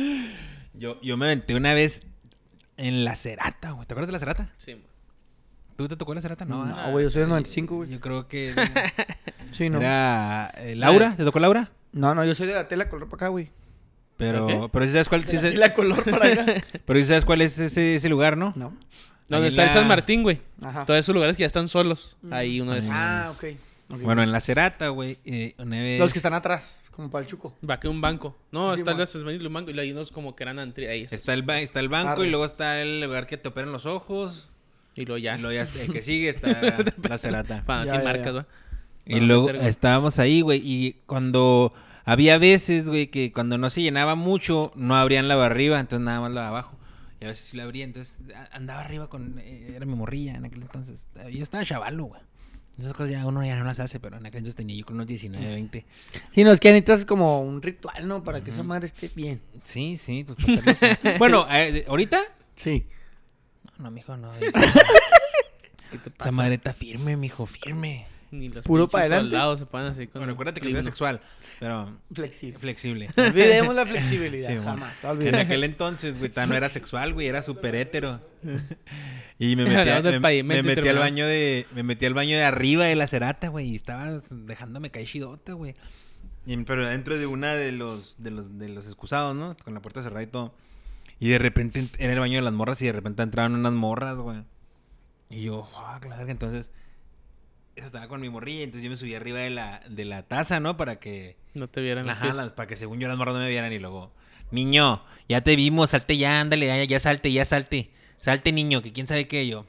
Yo, yo me aventé una vez en la Cerata, güey. ¿Te acuerdas de la Cerata? Sí, mo. ¿Tú te tocó la Cerata? No, No, ah, güey, yo soy del noventa y cinco, güey. Yo creo que... Sí, no. Era... eh, ¿Laura? ¿Te tocó Laura? No, no, yo soy de la tela color para acá, güey. Pero... ¿Ok? Pero sí sabes cuál... Sí, De la sabes- tela color para acá. pero sí sabes cuál es ese, ese lugar, ¿no? No. Donde Ahí está el la- San Martín, güey. Ajá. Todos esos lugares que ya están solos. Ahí uno de esos. Ah, ok. ok. Bueno, en la Cerata, güey, eh, una vez... Los que están atrás, como para el chuco. Va que un banco. No, Sí, está el mo. de un banco y hay unos como que eran antri- ahí. Está el, ba- está el banco Arre. y luego está el lugar que te operan los ojos. Y luego ya. Y luego ya está- el que sigue está la Cerata. Para Ya, sin ya, marcas, ya. ¿va? Y Para luego meter, güey. estábamos ahí, güey, y cuando... Había veces, güey, que cuando no se llenaba mucho, no abrían la de arriba, entonces nada más la de abajo. Y a veces sí la abría, entonces a- andaba arriba con... eh, era mi morrilla en aquel entonces. Yo estaba chavalo, güey. Esas cosas ya uno ya no las hace, pero en aquel entonces tenía yo con unos diecinueve, veinte. Sí, no, es que necesitas como un ritual, ¿no? Para que esa madre esté bien. Sí, sí, pues para hacerlo así. Bueno, eh, ¿ahorita? Sí. No, no, mijo, no. Esa madre está firme, mijo, firme. Ni los Puro pinches pa' adelante. soldados se ponen así con Bueno, acuérdate que soy clima. sexual, pero Flexible. flexible. No olvidemos la flexibilidad, Sí, bueno. jamás. En olvidemos. aquel entonces, güey, ta- no era sexual, güey, era súper hétero. Y me metí, Hablamos a- del me, pavimento me y metí al terminamos. baño de me metí al baño de arriba de la cerata, güey, y estaba dejándome caer chidota, güey. Y- Pero dentro de una de los de los de los excusados, ¿no? Con la puerta cerrada y todo. Y de repente ent- era el baño de las morras y de repente entraron unas morras, güey. Y yo, fuck, la verga, entonces estaba con mi morrilla, entonces yo me subí arriba de la de la taza, ¿no? Para que No te vieran los Ajá, pies. las- para que según yo las morras no me vieran y luego, niño, ya te vimos, salte ya, ándale, ya, ya salte, ya salte. Salte, niño, que quién sabe qué yo.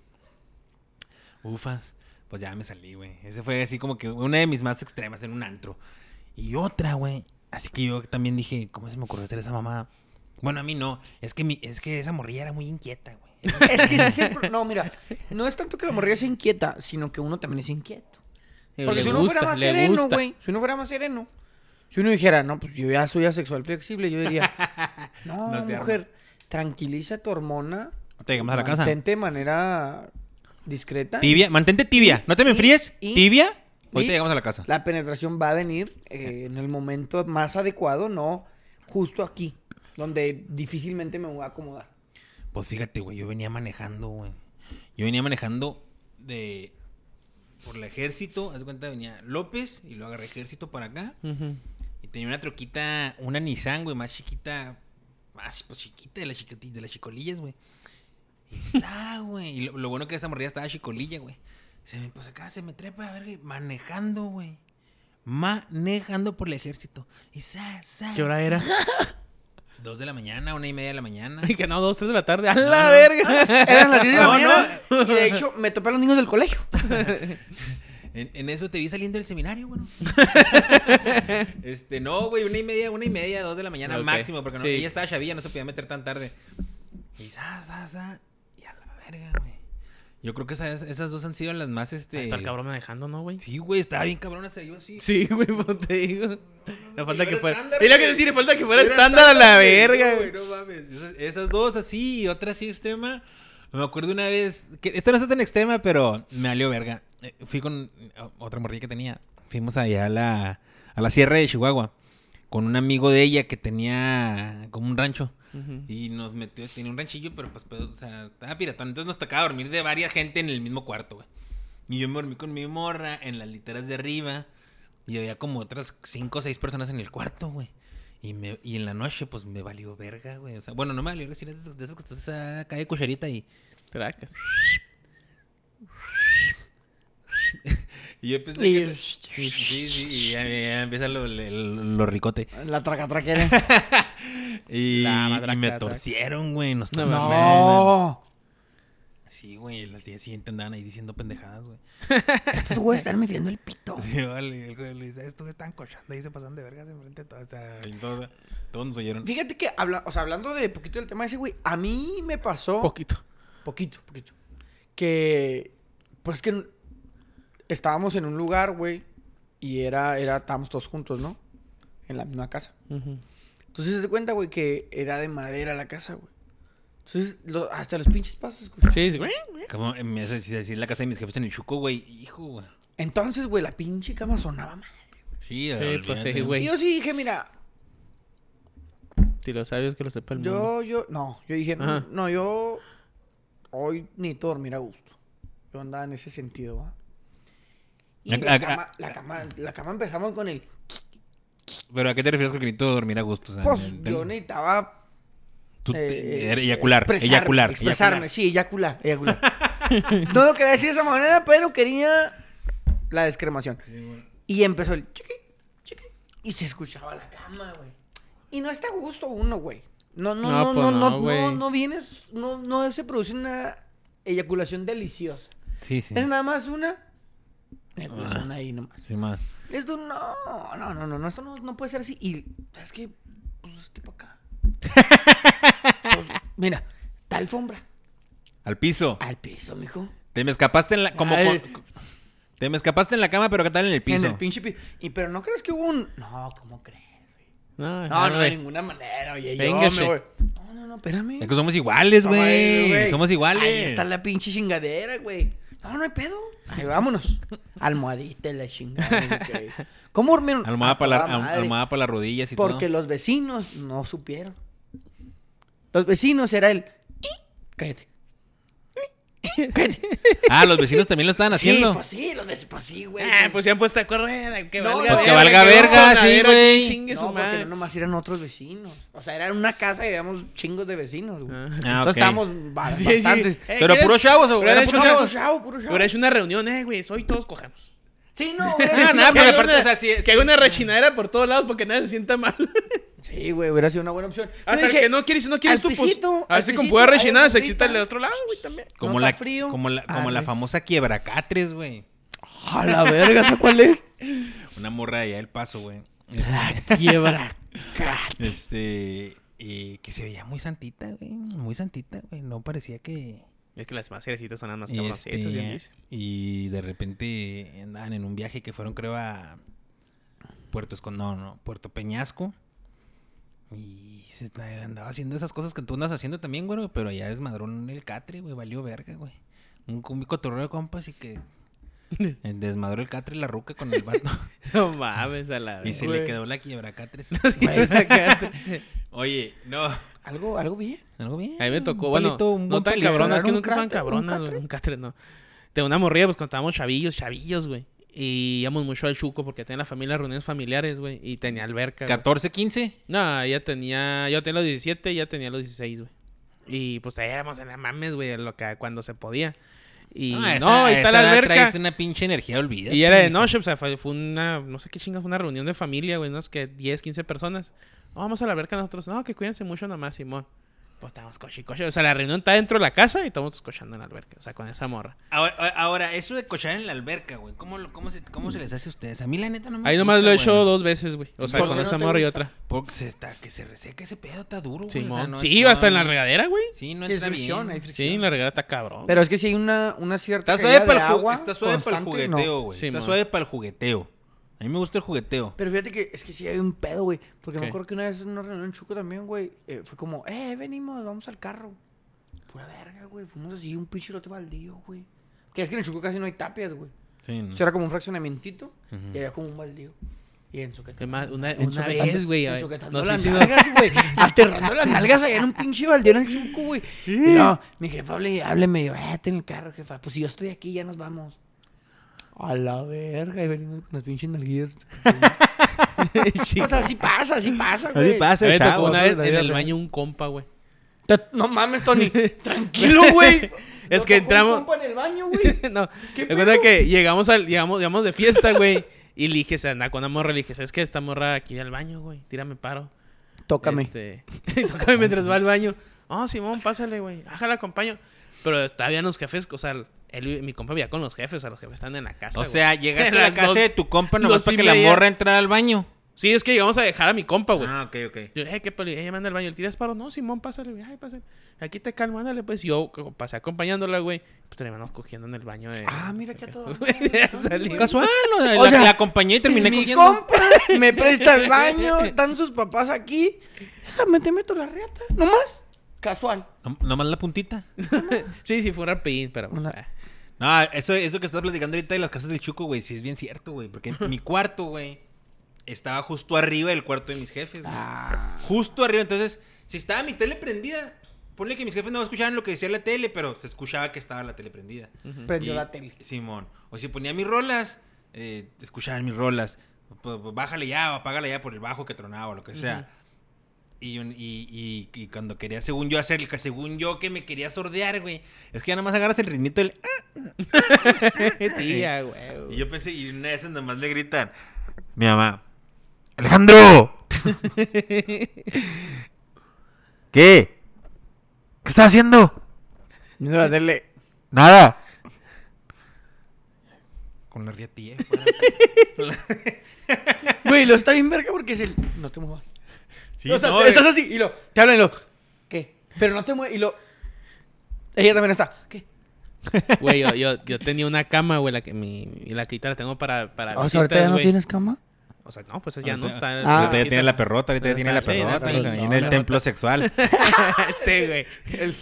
Ufas, pues ya me salí, güey. Ese fue así como que una de mis más extremas en un antro. Y otra, güey. Así que yo también dije, ¿cómo se me ocurrió hacer esa mamada? Bueno, a mí no. Es que mi, es que esa morrilla era muy inquieta, güey. Es que ese es el pro- no, mira, no es tanto que la morrilla sea inquieta, sino que uno también es inquieto. Eh, Porque le si uno gusta, fuera más le sereno, gusta. güey, si uno fuera más sereno, si uno dijera, no, pues yo ya soy asexual flexible, yo diría, no, No se mujer, tranquiliza tu hormona, No te llegamos a la casa. mantente de manera discreta. Tibia, mantente tibia. ¿No te me Y- enfríes? y- Tibia. y- Ahorita llegamos a la casa. La penetración va a venir eh, en el momento más adecuado, no justo aquí, donde difícilmente me voy a acomodar. Pues fíjate, güey, yo venía manejando, güey. Yo venía manejando de... Por el ejército, haz de cuenta, venía López y luego agarré ejército para acá. Ujú. Y tenía una troquita, una Nissan, güey, más chiquita. Más, pues chiquita, de las, chiquiti- de las chicolillas, güey. Y sa, güey. Y lo, lo bueno que esa morrilla estaba chicolilla, güey. Se me, pues acá se me trepa, a ver, güey, manejando, güey. Manejando por el ejército. Y sa, sa. ¿Qué hora sa. era? Dos de la mañana, una y media de la mañana. Y que no, dos, tres de la tarde. ¡A No, la no. verga! Eran las diez de la No, mañana y de hecho me topé a los niños del colegio. En, en eso te vi saliendo del seminario, bueno. este, no, güey, una y media, una y media, dos de la mañana Ok, máximo, porque no, sí. ella estaba chavilla, no se podía meter tan tarde. Y sa, sa, sa, y a la verga, güey. Yo creo que esas, esas dos han sido las más, este... Está el cabrón manejando, ¿no, güey? Sí, güey, estaba bien cabrón hasta yo así. Sí, güey, pues te digo. Le falta Yo que era fuera. estándar, Es lo que güey. decir, le falta que fuera Era estándar a la güey. verga, No, güey. No mames. Esas, esas dos así y otra así extrema. Me acuerdo una vez. Que esta no está tan extrema, pero me valió verga. Eh, Fui con eh, otra morrilla que tenía. Fuimos allá a la, a la sierra de Chihuahua. Con un amigo de ella que tenía como un rancho. Ujú. Y nos metió, tenía un ranchillo, pero pues, pero, o sea, estaba piratón. Entonces nos tocaba dormir de varias gente en el mismo cuarto, güey. Y yo me dormí con mi morra en las literas de arriba. Y había como otras cinco o seis personas en el cuarto, güey. Y, me, y en la noche, pues, me valió verga, güey. O sea, bueno, no me valió verga, sino de esas, de esas que estás acá de cucharita y... Tracas. Y yo pensé Y- que... Sí, sí, y ya, ya empieza lo, lo, lo ricote. La tracatraquera. Y, La y madraca, me traca. torcieron, güey. Nos No torcieron. No. Sí, güey, el día siguiente andaban ahí diciendo pendejadas, güey. Estos güeyes están metiendo el pito. Sí, vale, el güey le dice, estos están cochando ahí, se pasan de vergas enfrente de todos, o sea, y todo- todos nos oyeron. Fíjate que, habla, o sea, hablando de poquito del tema ese, güey, a mí me pasó... Poquito. Poquito, poquito. Que, pues que estábamos en un lugar, güey, y era, era, estábamos todos juntos, ¿no? En la misma casa. Ujú. Entonces se da cuenta, güey, que era de madera la casa, güey. Entonces, lo- hasta los pinches pasos se escuchaban. Sí, sí. Como me hace decir la casa de mis jefes en el Chuco, güey, hijo, güey. Entonces, güey, la pinche cama sonaba mal. Sí, Sí, pues olvídate. sí, Y güey. yo sí dije, mira, Si lo sabes que lo sepa el mundo. yo, yo, no, yo dije, no, Ajá. no, yo hoy necesito dormir a gusto. Yo andaba en ese sentido, ¿va? Y A- la a- cama, la cama, la cama empezamos con el... Pero ¿a qué te refieres con que necesito dormir a gusto? O sea, Pues el- yo necesitaba... tú te- eh, era eyacular, expresarme, eyacular, Expresarme, eyacular. sí, eyacular, eyacular. No lo quería decir de esa manera, pero quería la descremación. Y empezó el chiqui, chiqui, y se escuchaba la cama, güey. Y no está a gusto uno, güey. No, no, No, no, pues no, no, no, güey. no, no vienes, no, no se produce una eyaculación deliciosa. Sí, sí. Es nada más una eyaculación Ah. ahí nomás. Sí, más. Esto no, no, no, no, no, esto no, no puede ser así. Y, ¿sabes qué? Pues tipo acá. Pues, mira, está alfombra. Al piso. Al piso, mijo. Te me escapaste en la... Como Ay. con- te Te me escapaste en la cama, pero ¿qué tal en el piso? En el pinche piso. Y pero no crees que hubo un... No, ¿cómo crees? No, No, no, de güey. ninguna manera, oye. Véngase. Yo me voy. No, no, no, espérame. Es que somos iguales, Ay, güey. güey. Somos iguales. Ahí está la pinche chingadera, güey. No, no hay pedo. Ahí vámonos. Almohadita y la chingada. Okay. ¿Cómo durmieron? Almohada A para la, toda madre. almohada para las rodillas y Porque todo. los vecinos no supieron. Los vecinos era el... Cállate. Cállate. Ah, los vecinos también lo estaban haciendo. Sí, pues sí, los vecinos, pues sí, güey. Ah, pues se han puesto a correr, que No, valga pues que verga, valga que verga, vamos a sí, ver a güey. quién chingue su No, porque madre. no nomás eran otros vecinos. O sea, era una casa y habíamos chingos de vecinos, güey. Ah. Ah, Entonces ok. estábamos ba- Sí, sí. bastantes. Eh, Pero ¿quieres? puros chavos, o Hubiera eran hecho puros una- chavos. Puro show, puro show. Hubiera hecho una reunión, eh, güey. Hoy todos cogemos. Sí, no, Ah, güey. nada, Que porque haga aparte, una- o sea, sí, que haga una rechinadera por todos lados porque nadie se sienta mal. Sí, güey, hubiera sido una buena opción. Hasta Yo el dije, que no quiere, si no quieres al tú, pues. pisito, A al ver si con pisito, pura hay rechinada una se excita el sombrita. del otro lado, güey, también. Como, No la, está frío. como, la, como Ah, la güey. famosa quiebracatres, güey. A la verga, ¿esa cuál es? Una morra de allá del Paso, güey. La quiebra. Este... Y que se veía muy santita, güey. Muy santita, güey. No parecía que... Es que las más cerecitas son las más y, cabroncitas, este, bien dice. y de repente andaban en un viaje que fueron, creo, a Puerto Escon... No, no, Puerto Peñasco. Y se andaba haciendo esas cosas que tú andas haciendo también, güey. Pero allá desmadró en el catre, güey. Valió verga, güey. Un, un cotorreo de compas y que... desmadró el catre y la ruca con el vato. No mames a la Y se güey. le quedó la quiebracatres. Güey, Oye, no. Algo, algo bien. Algo bien. A mí me tocó, Un bueno, palito, un no buen tan palito. cabronas, es que ¿Un nunca estaban catre? ¿Un cabronas, catre? güey, un catre no. Tengo una morrilla, pues cuando estábamos chavillos, chavillos, güey. Y íbamos mucho al Chuco porque tenía la familia, reuniones familiares, güey. Y tenía alberca, güey. catorce, quince. No, ella tenía, yo tenía los diecisiete y ella tenía los dieciséis, güey. Y pues íbamos en la mames, güey, lo que cuando se podía. Y Ah, esa- no, ahí está la esa alberca. traes una pinche energía, olvida. Y era de noche, o sea, fue, fue una, no sé qué chingas, fue una reunión de familia, güey, unos que diez, quince personas. No, vamos a la alberca nosotros. No, que cuídense mucho nomás, Simón. Pues estábamos coche, coche. O sea, la reunión está dentro de la casa y estamos cochando en la alberca. O sea, con esa morra. Ahora, ahora, eso de cochar en la alberca, güey. ¿Cómo, lo- cómo, se, ¿Cómo se les hace a ustedes? A mí, la neta, no me Ahí nomás gusta, lo he güey. hecho dos veces, güey. O sea, ¿Por con qué no esa te morra y gusta? otra. Porque se está, que se reseca ese pedo, está duro, güey. Simón. O sea, no- sí, no- hasta en la no- regadera, güey. Sí, no Sí, es entra fricción, bien. hay fricción. Sí, en la regadera está cabrón. Pero es que si hay una, una cierta Está suave caída para de el, ju- agua está suave para el constante, no. jugueteo, güey. Sí, está man. suave para el jugueteo. A mí me gusta el jugueteo. Pero fíjate que es que sí hay un pedo, güey. Porque me ¿Qué? acuerdo que una vez en una reunión en Chuco también, güey, eh, fue como, eh, venimos, vamos al carro. Pura verga, güey. Fuimos así un pinche lote baldío, güey. Que es que en el Chuco casi no hay tapias, güey. Sí, ¿no? O sea, era como un fraccionamientito Ujú. y había como un baldío. Y en Soquetán. Es más, una, En una Soquetán- vez, güey. a en ver, Soquetando No sé las si nos... nalgas, güey. Aterrando las nalgas allá en un pinche baldío en el Chuco, güey. Y no, mi jefa hable, hábleme. Y yo, eh, ten el carro, jefa. Pues si yo estoy aquí, ya nos vamos. A la verga. Y venimos con las pinches nalguillas. Sí. O sea, así pasa, así pasa, güey. Así pasa, A mí me tocó chavos. una eso vez es la en vida el real. baño un compa, güey. Te- No mames, Tony. Tranquilo, güey. Es Nos que tocó un entramos- compa en el baño, güey. No, ¿Qué recuerda pedo? que llegamos al, llegamos, llegamos de fiesta, güey. Y le dije, se anda con una morra, le dije, ¿sabes qué? Esta morra aquí al baño, güey. Tírame paro. Tócame. Este, tócame mientras va al baño. Oh, Simón, pásale, güey. Ájala, acompaño. Pero habían los jefes, o sea, él, mi compa vivía con los jefes, o sea, los jefes están en la casa. O güey. sea, llegaste a la Las casa dos- de tu compa nomás dos para y que la media. morra entrara al baño. Sí, es que llegamos a dejar a mi compa, güey. Ah, ok, ok. Yo, eh, ¿qué peli? Ella manda al baño. ¿Le tiras paro? No, Simón, pásale, güey. Ay, pásale. Aquí te calmo, ándale, pues. Yo co- pasé acompañándola, güey. Pues terminamos cogiendo en el baño de... Ah, mira que a todos. Güey, ya salí. Casual, ¿no? O la, sea, la acompañé y terminé mi cogiendo. compa me presta el baño, están sus papás aquí. Déjame, te meto la riata. Nomás. Casual. No- nomás la puntita. Sí, sí, fue un rapidín, pero... Una- ah. No, eso, eso que estás platicando ahorita de las casas del Chuco, güey, sí es bien cierto, güey. Porque mi cuarto, güey, estaba justo arriba del cuarto de mis jefes, güey. Ah. Justo arriba. Entonces, si estaba mi tele prendida, ponle que mis jefes no escuchaban lo que decía la tele, pero se escuchaba que estaba la tele prendida. Prendió Y- la tele. Simón. O si ponía mis rolas, eh, escuchaban mis rolas. Pues, pues, bájale ya o apágale ya por el bajo que tronaba o lo que sea. Y, un- y, y, y cuando quería, según yo, hacer, según yo que me quería sordear, güey. Es que ya nada más agarras el ritmito del... Sí, ya, güey. Y yo pensé, y una de esas nomás me gritan, mi mamá, ¡Alejandro! ¿Qué? ¿Qué estás haciendo? Viendo la tele. Nada. Con la riatilla. Güey, lo está bien verga porque es el. No te muevas. Sí, o sea, no, estás eh, así y lo. Te hablan y lo. ¿Qué? Pero no te muevas y lo. Ella también está. ¿Qué? Güey, yo, yo, yo tenía una cama, güey, la que mi, la que ahorita la tengo para, para O sea, ¿ahorita ya no güey. tienes cama? O sea, no, pues ya no está. Ah. Ahorita ya tiene la perrota, ahorita ya tiene la Sí, la perrota. perrota. hija, y en No, el la templo sexual. este, güey. El...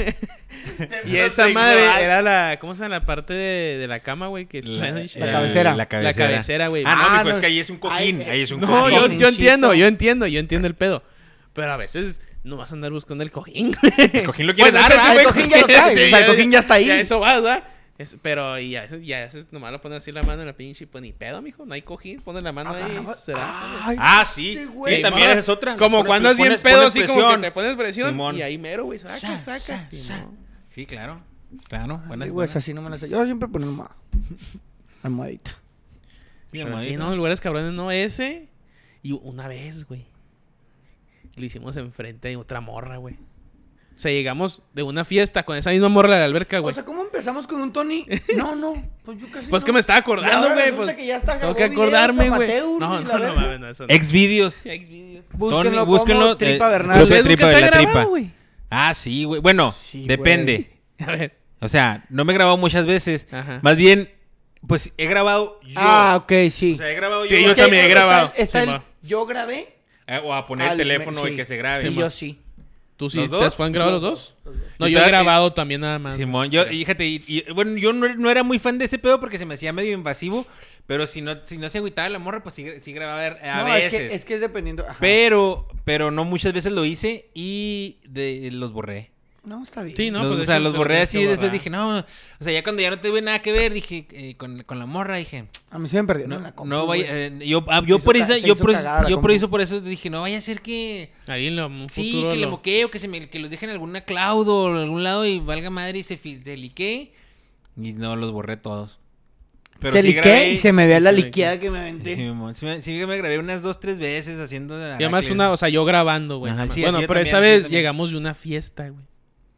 Y esa madre era la... ¿Cómo se llama la parte de, de la cama, güey? Que suena y La el- cabecera. La La cabecera. cabecera, güey. Ah, no, Ah, mijo, no. es que ahí es un cojín. Ay, ahí es un No, cojín. yo, yo Cojincito. entiendo, yo entiendo, yo entiendo el pedo. Pero a veces no vas a andar buscando el cojín. El cojín lo quieres Pues, dar, ese ¿verdad? tipo de El cojín ya lo traes, o sea, el ya- cojín ya está ahí. Ya eso vas, ¿verdad? Es- pero y ya, eso- ya eso es- nomás lo pones así la mano en la pinche, pues ni pedo, mijo, no hay cojín, pones la mano ahí, Agarraba- será. Ay, Ah, sí. sí, Sí, güey. también Simón. esa es otra. Como Pones- cuando es bien pones- pedo, pones así como presión. que te pones presión Simón. y ahí mero, güey, saca, Sa, saca. sa, Simón. sa. Sí, claro. Claro, Ay, buenas, güey, buenas. así no me la sé. Yo siempre pongo una almohadita. Sí, Pero almohadita. sí, no, lugares cabrones, no ese. Y una vez, güey, lo hicimos enfrente de otra morra, güey. O sea, llegamos de una fiesta con esa misma morra de la alberca, O güey. sea, ¿cómo empezamos con un Tony? No, no, pues yo casi Pues no. que me estaba Y acordando, ahora güey. resulta Pues, que ya está, tengo grabó que videos, acordarme, güey. amateur, No, y no, la no, verga. mames, no, eso no. Exvideos. Xvideos. Búsquenlo Tony, búsquenlo, como Tripa eh, Bernal. Grupo de ¿Ustedes tripa nunca de se la han grabado, tripa. güey? Ah, sí, güey. Bueno, Sí, depende. A ver. O sea, no me he grabado muchas veces. Ajá. Más bien, pues he grabado yo. Ah, ok, sí. O sea, he grabado Sí, yo. yo Es que también he está- grabado. Está Sí, el, va. yo grabé. Eh, o a poner al- el teléfono sí. y que se grabe. Sí, Simón. yo sí. ¿Tú sí ¿Los te dos? has- han grabado los dos? Los dos. No, Y yo he tal- grabado también nada más. Simón, yo, y fíjate, y, y, bueno, yo no, no era muy fan de ese pedo porque se me hacía medio invasivo, pero si no, si no se agüitaba la morra, pues sí, sí grababa a No, veces. es que, es que es dependiendo. Ajá. Pero, pero no muchas veces lo hice y de, los borré. No, está bien. Sí, no, Los- pues, o de sea, hecho, los se borré tienes así que y después borrar. dije, no, o sea, ya cuando ya no tuve nada que ver, dije, eh, con, con la morra, dije, A mí se me perdió. no, la compu, no vaya, güey. eh, yo, ah, yo hizo por ca- eso, se yo hizo por eso, cagada la yo por compu. eso, por eso dije, no vaya a ser que, Ahí en lo- un sí, futuro que le lo- moquee o que se me, que los dejen en alguna cloud o en algún lado y valga madre y se, fi- se liquee. Y no, los borré todos. se liqué y se me ve la se liqueada que me Sí, aventé. mon, sí, me, sí me grabé unas dos, tres veces haciendo... Y además una, o sea, yo grabando, güey. Ajá, nada más. sí, bueno, así yo pero también, esa así yo vez también. llegamos de una fiesta, güey.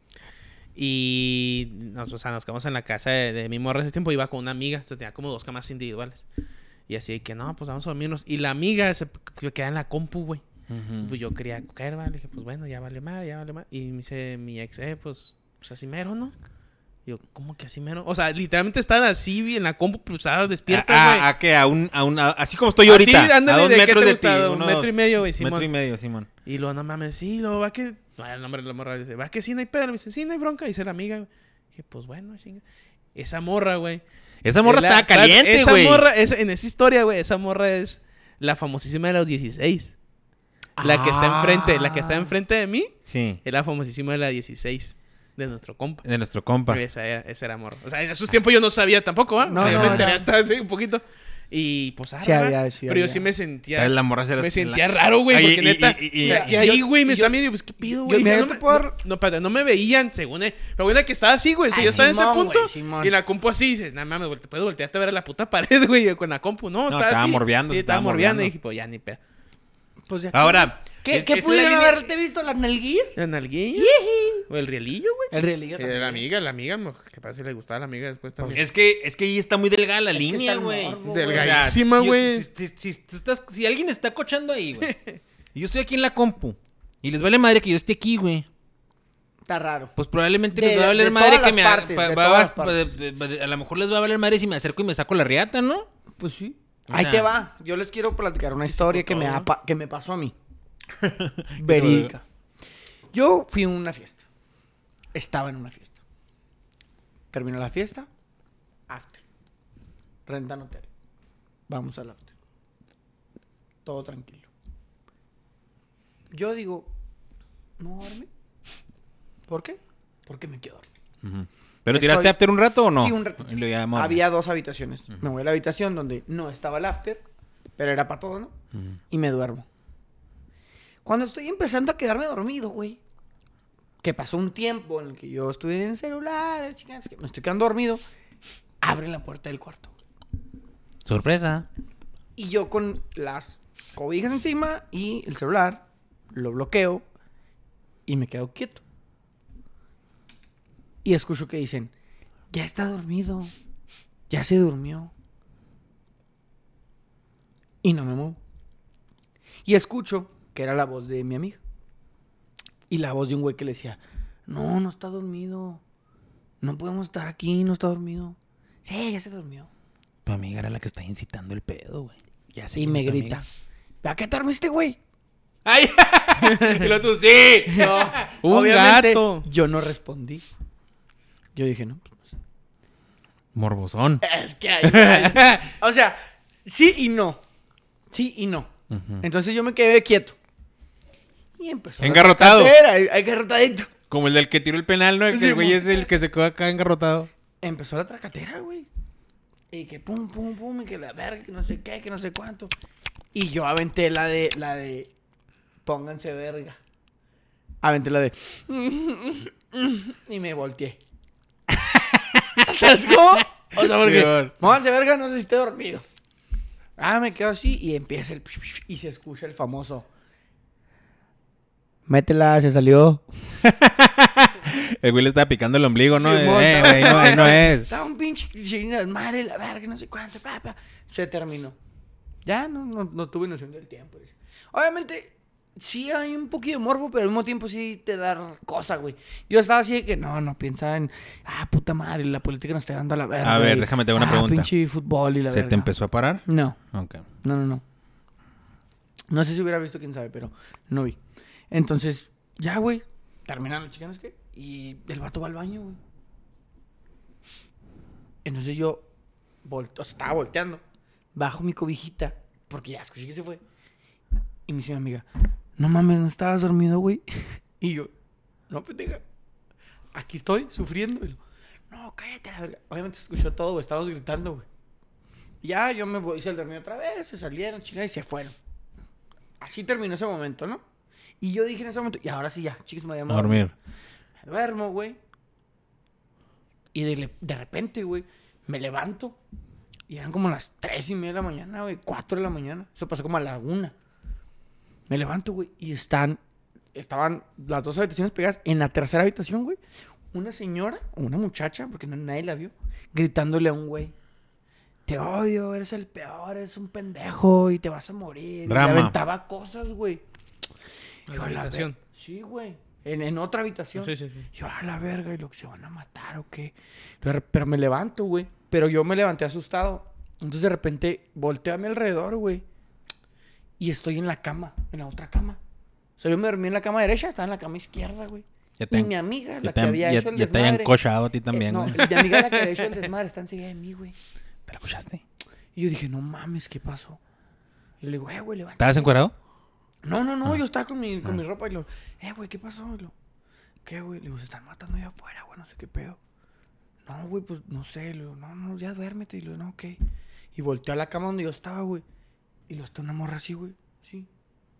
Y nos, o sea, nos quedamos en la casa de, de mi morra ese tiempo. Iba con una amiga, o sea, tenía como dos camas individuales. Y así de que no, pues vamos a dormirnos. Y la amiga se que queda en la compu, güey. Ujú. Pues yo quería coger, ¿vale? Le dije, pues bueno, ya vale más, ya vale más. Y me dice mi ex, eh, pues, pues así mero, ¿no? Y yo, ¿cómo que así mero? O sea, literalmente estaban así en la compu, pues estaban despiertas, a, güey. a, a que a un, a un, a- así como estoy yo ahorita, Así, ándale, a dos ¿de qué metros te de gusta? ti, Un unos- metro y medio, güey, Simón. metro y medio, Simón. Y luego, no mames, sí, luego va que... No, el nombre de la morra dice, va que sí, no hay pedo. Me dice, sí, no hay bronca. Dice la amiga, güey. Dije, pues bueno, chinga. Esa morra, güey. Esa morra es la- estaba caliente, Esa güey. morra, es, en esa historia, güey, esa morra es la famosísima de los dieciséis. La que está Ah. enfrente, la que está enfrente de mí, Sí, es la famosísima de la dieciséis. De nuestro compa. de nuestro compa. Esa era, esa era morra. O sea, en esos tiempos yo no sabía tampoco, ¿ah? No, o sea, yo no, me enteré no. hasta hace un poquito. Y pues, ah, Sí ¿verdad? había, sí Pero yo había. sí me sentía... Entonces la morra se las- Me la- sentía raro, güey, Ay, porque y- neta, y- y- y- de aquí yo- ahí, güey, me yo- están viendo, pues, ¿qué pido, yo- güey? mira, no, yo me, te puedo dar- no, no, espérate, no me veían, según él. Pero bueno, que estaba así, güey, o sea, Ay, yo estaba en Simón, ese punto, güey, Simón. y la compu así, dices, nada mames, güey, te puedes voltearte a ver a la puta pared, güey, yo con la compu, no, estaba estaba así. morbeando, Sí, se estaba estaba morbeando, morbeando. y dije, pues, ya, ni pedo. Pues de aquí. Ahora, ¿Qué, es- ¿qué es la pudieron línea- haberte visto? ¿Las nalguillas? ¿La nalguilla? ¿O el rielillo, güey? El realillo Eh, también. la amiga, la amiga, mo- que pasa si le gustaba la amiga después también. Es que, es que ahí está muy delgada la Es que línea, está el güey. morbo, O sea, Delgadísima, si- güey. Si, si- si- si tú estás- si alguien está cochando ahí, güey, y yo estoy aquí en la compu, y les vale madre que yo esté aquí, güey, Está raro. pues probablemente De- les va a valer de madre todas que las me... partes, pa- de va- todas va- las partes. de- de- de- a lo mejor les va a valer madre si me acerco y me saco la riata, ¿no? Pues sí. O Ahí sea- te va. Yo les quiero platicar una historia por que me, favor. ha pa- que me pasó a mí. Verídica. Yo fui a una fiesta. Estaba en una fiesta. Terminó la fiesta. After. Rentan hotel. Vamos al after. Todo tranquilo. Yo digo, no dormí. ¿Por qué? Porque me quedo dormido. Ujú. ¿Pero Estoy- tiraste after un rato o no? Sí, un rato. Y lo llamamos. Había dos habitaciones. Me voy a la habitación donde no estaba el after, pero era para todo, ¿no? Ujú. Y me duermo. Cuando estoy empezando a quedarme dormido, güey, que pasó un tiempo en el que yo estuve en el celular, chicas, que me estoy quedando dormido, abren la puerta del cuarto. Sorpresa. Y yo con las cobijas encima y el celular, lo bloqueo y me quedo quieto. Y escucho que dicen, ya está dormido, ya se durmió. Y no me muevo. Y escucho que era la voz de mi amiga. Y la voz de un güey que le decía, no, no está dormido. no podemos estar aquí, no está dormido. Sí, ya se durmió. Tu amiga era la que está incitando el pedo, güey. Ya sé Y quién me es tu grita, amiga. ¿a qué te dormiste, güey? ¡Ay! Y lo tú, sí. No, Un obviamente, gato. yo no respondí. Yo dije, no, pues no sé. Morbosón. Es que hay, hay- o sea, sí y no. Sí y no. Ujú. Entonces yo me quedé quieto. Y empezó. la Engarrotado. tracatera, engarrotadito. Como el del que tiró el penal, ¿no? Que Sí, el güey mo- es el que se quedó acá engarrotado. Empezó la tracatera, güey. Y que pum, pum, pum, y que la verga, que no sé qué, que no sé cuánto. Y yo aventé la de, la de, pónganse verga. Aventé la de, y me volteé. ¿Sabes cómo? O sea, porque, Peor. pónganse verga, no sé si esté dormido. Ah, me quedo así y empieza el, y se escucha el famoso. Métela, se salió. El güey le estaba picando el ombligo, ¿no? Simón, eh, güey, no, ahí no es. Estaba un pinche chingada madre, la verga, no sé cuánto, pa, pa. Se terminó. Ya no, no, no tuve noción del tiempo. Obviamente, sí hay un poquito de morbo, pero al mismo tiempo sí te da cosa, güey. Yo estaba así de que no, no pensaba en, ah, puta madre, la política nos está dando a la verga. A ver, y, déjame te hago una ah, pregunta. pinche fútbol y la ¿Se verga. te empezó a parar? No, Ok. no, no, no. No sé si hubiera visto, quién sabe, pero no vi. Entonces, ya, güey, terminan los chicanos, ¿qué? Y el vato va al baño, güey. Entonces yo volto, o sea, estaba volteando. Bajo mi cobijita, porque ya escuché que se fue. Y me dice mi amiga, no mames, ¿no estabas dormido, güey? Y yo, no, pendeja. Aquí estoy, sufriendo. Y lo, no, cállate, la verga. Obviamente se escuchó todo, güey. Estábamos gritando, güey. Y ya, yo me hice el dormido otra vez, se salieron, chingados, y se fueron. Así terminó ese momento, ¿no? Y yo dije en ese momento, y ahora sí ya, chicos, me A llamo. dormir. Me duermo, güey. Y de, de repente, güey, me levanto. Y eran como las tres y media de la mañana, güey. Cuatro de la mañana. Eso pasó como a la una. Me levanto, güey. Y están... Estaban las dos habitaciones pegadas. En la tercera habitación, güey. Una señora, o una muchacha, porque no, nadie la vio, gritándole a un güey. Te odio, eres el peor, eres un pendejo y te vas a morir. Drama. Y le aventaba cosas, güey. En Yo, la a la habitación. ver- Sí, güey. En, en otra habitación. Sí, sí, sí. Yo, a la verga, y lo que se van a matar o qué. Pero, pero me levanto, güey. Pero yo me levanté asustado. Entonces de repente volteo a mi alrededor, güey. Y estoy en la cama, en la otra cama. O sea, yo me dormí en la cama derecha, estaba en la cama izquierda, güey. Ya te Y han- mi amiga, Ya la te, que han- había ya, hecho el ya te desmadre. hayan cochado a ti eh, también, no, güey. mi amiga, la que había hecho el desmadre, está enseguida de mí, güey. ¿Pero escuchaste? Y yo dije, no mames, ¿qué pasó? Y le digo, eh, güey, levántate. ¿Estabas encuerado? No, no, no, Ah. yo estaba con mi, con Ah. mi ropa y lo, eh, güey, ¿qué pasó? Y lo, ¿qué, güey? Le digo, se están matando allá afuera, güey, no sé qué pedo. No, güey, pues no sé. Le digo, no, no, ya duérmete. Y le digo, no, ¿qué? Y volteó a la cama donde yo estaba, güey. Y lo está una morra así, güey. Sí.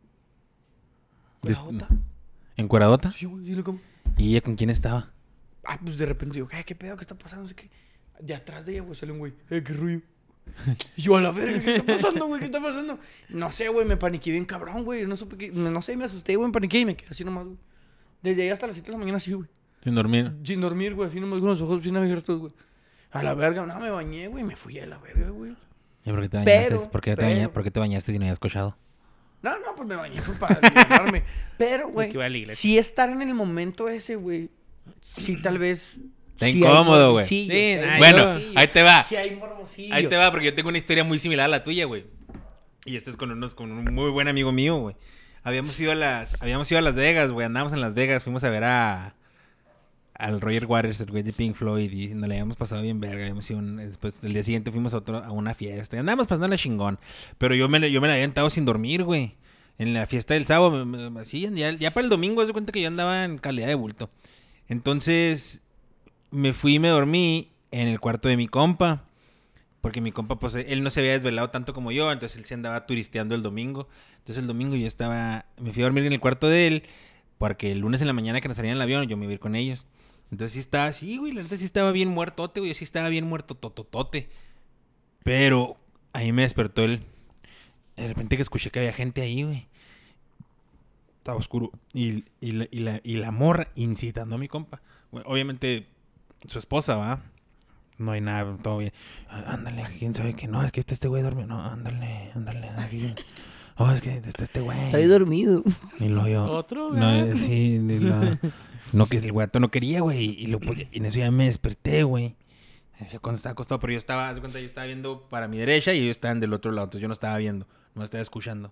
Des- ¿Cueradota? ¿Encueradota? Sí, güey, sí, la cama. ¿Y ella con quién estaba? Ah, pues de repente digo, ¿qué, qué pedo? ¿Qué está pasando? No sé qué. De atrás de ella, güey, sale un güey. Eh, qué rollo. Y yo, a la verga, ¿qué está pasando, güey? ¿Qué está pasando? No sé, güey, me paniqué bien cabrón, güey. No supe qué. No sé, me asusté, güey, me paniqué y me quedé así nomás, güey. Desde ahí hasta las siete de la mañana así, güey. Sin dormir. Sin dormir, güey, así nomás con los ojos bien abiertos, güey. A la verga, no, me bañé, güey, me fui a la verga, güey. ¿Y por qué te bañaste? Pero, ¿Por, qué te pero- bañaste? ¿Por qué te bañaste si no habías cochado? No, no, pues me bañé pues, para liberarme. Pero, güey, que iba a la iglesia. sí estar en el momento ese, güey, sí tal vez... Está sí hay incómodo, güey. morbosillo, Sí, sí hay nah, Bueno, morbosillo. ahí te va. Sí hay morbosillo. Ahí te va, porque yo tengo una historia muy similar a la tuya, güey. Y este es con unos, con un muy buen amigo mío, güey. Habíamos ido a las, habíamos ido a Las Vegas, güey. Andábamos en Las Vegas, fuimos a ver a al Roger Waters, el güey de Pink Floyd, y nos la habíamos pasado bien verga. Habíamos ido un- después, el día siguiente fuimos a otro, a una fiesta. Y andábamos pasando la chingón. Pero yo me, yo me la había aventado sin dormir, güey. En la fiesta del sábado, me- me- así, ya, ya para el domingo, haz de cuenta que yo andaba en calidad de bulto. Entonces, me fui y me dormí en el cuarto de mi compa. Porque mi compa, pues, él no se había desvelado tanto como yo. Entonces, él se andaba turisteando el domingo. Entonces, el domingo yo estaba... Me fui a dormir en el cuarto de él. Porque el lunes en la mañana que nos salían en el avión, yo me iba a ir con ellos. Entonces, sí estaba así, güey. La neta sí estaba bien muertote, güey. Yo sí estaba bien muerto tototote. Pero ahí me despertó el... De repente que escuché que había gente ahí, güey. Estaba oscuro. Y, y, la, y, la, y la morra incitando a mi compa. Bueno, obviamente, su esposa, ¿va? No hay nada, todo bien. Ah, ándale, quién sabe que no, es que este, este güey duerme. No, ándale, ándale, aquí. oh, es que está este güey. Está ahí dormido. Y luego yo, Otro, no, güey. eh, sí, y la- no, que el gato no quería, güey. Y, lo, pues, y en eso ya me desperté, güey. Eso cuando estaba acostado, pero yo estaba, haz de cuenta, yo estaba viendo para mi derecha y ellos estaban del otro lado. Entonces yo no estaba viendo, no estaba escuchando.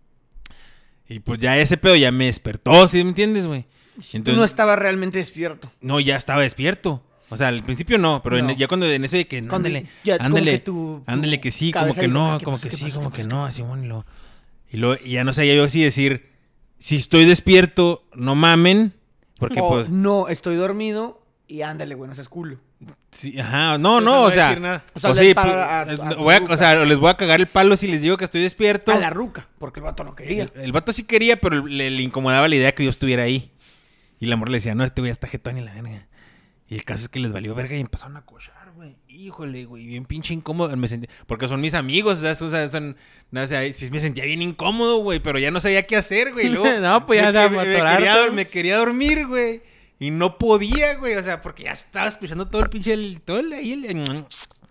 Y pues ya ese pedo ya me despertó, ¿sí me entiendes, güey? Tú no estabas realmente despierto. No, ya estaba despierto. O sea, al principio no, pero No. en- ya cuando en eso de que, no, Cuando ándale, ya como ándale, que tu- tu ándale que sí, como cabeza que dijo, no, ah, ¿qué como pasó, que qué sí, pasó, como qué que pasó? no, Simón, y lo... Y, lo, y ya no sabía yo si decir, si estoy despierto, no mamen, porque O, pues... no, estoy dormido y ándale, güey, no seas culo. Sí, ajá, no, O sea, no, no o decir sea, nada. O sea, o le sí, para pu- a- a eh, tu voy a- ruca. o sea, les voy a cagar el palo si les digo que estoy despierto. A la ruca, porque el vato no quería. El, el vato sí quería, pero le, le incomodaba la idea que yo estuviera ahí. Y la morra le decía, no, este güey está jetón y la verga. Y el caso es que les valió verga y empezaron a cochar, güey. Híjole, güey, bien pinche incómodo. Me sentí, porque son mis amigos, o sea, o sea, son, no, o sea, sí me sentía bien incómodo, güey, pero ya no sabía qué hacer, güey. Luego, No, pues ya me, te me- me atorarte, quería, güey. me quería dormir, güey. Y no podía, güey, o sea, porque ya estaba escuchando todo el pinche, el, todo el, ahí el...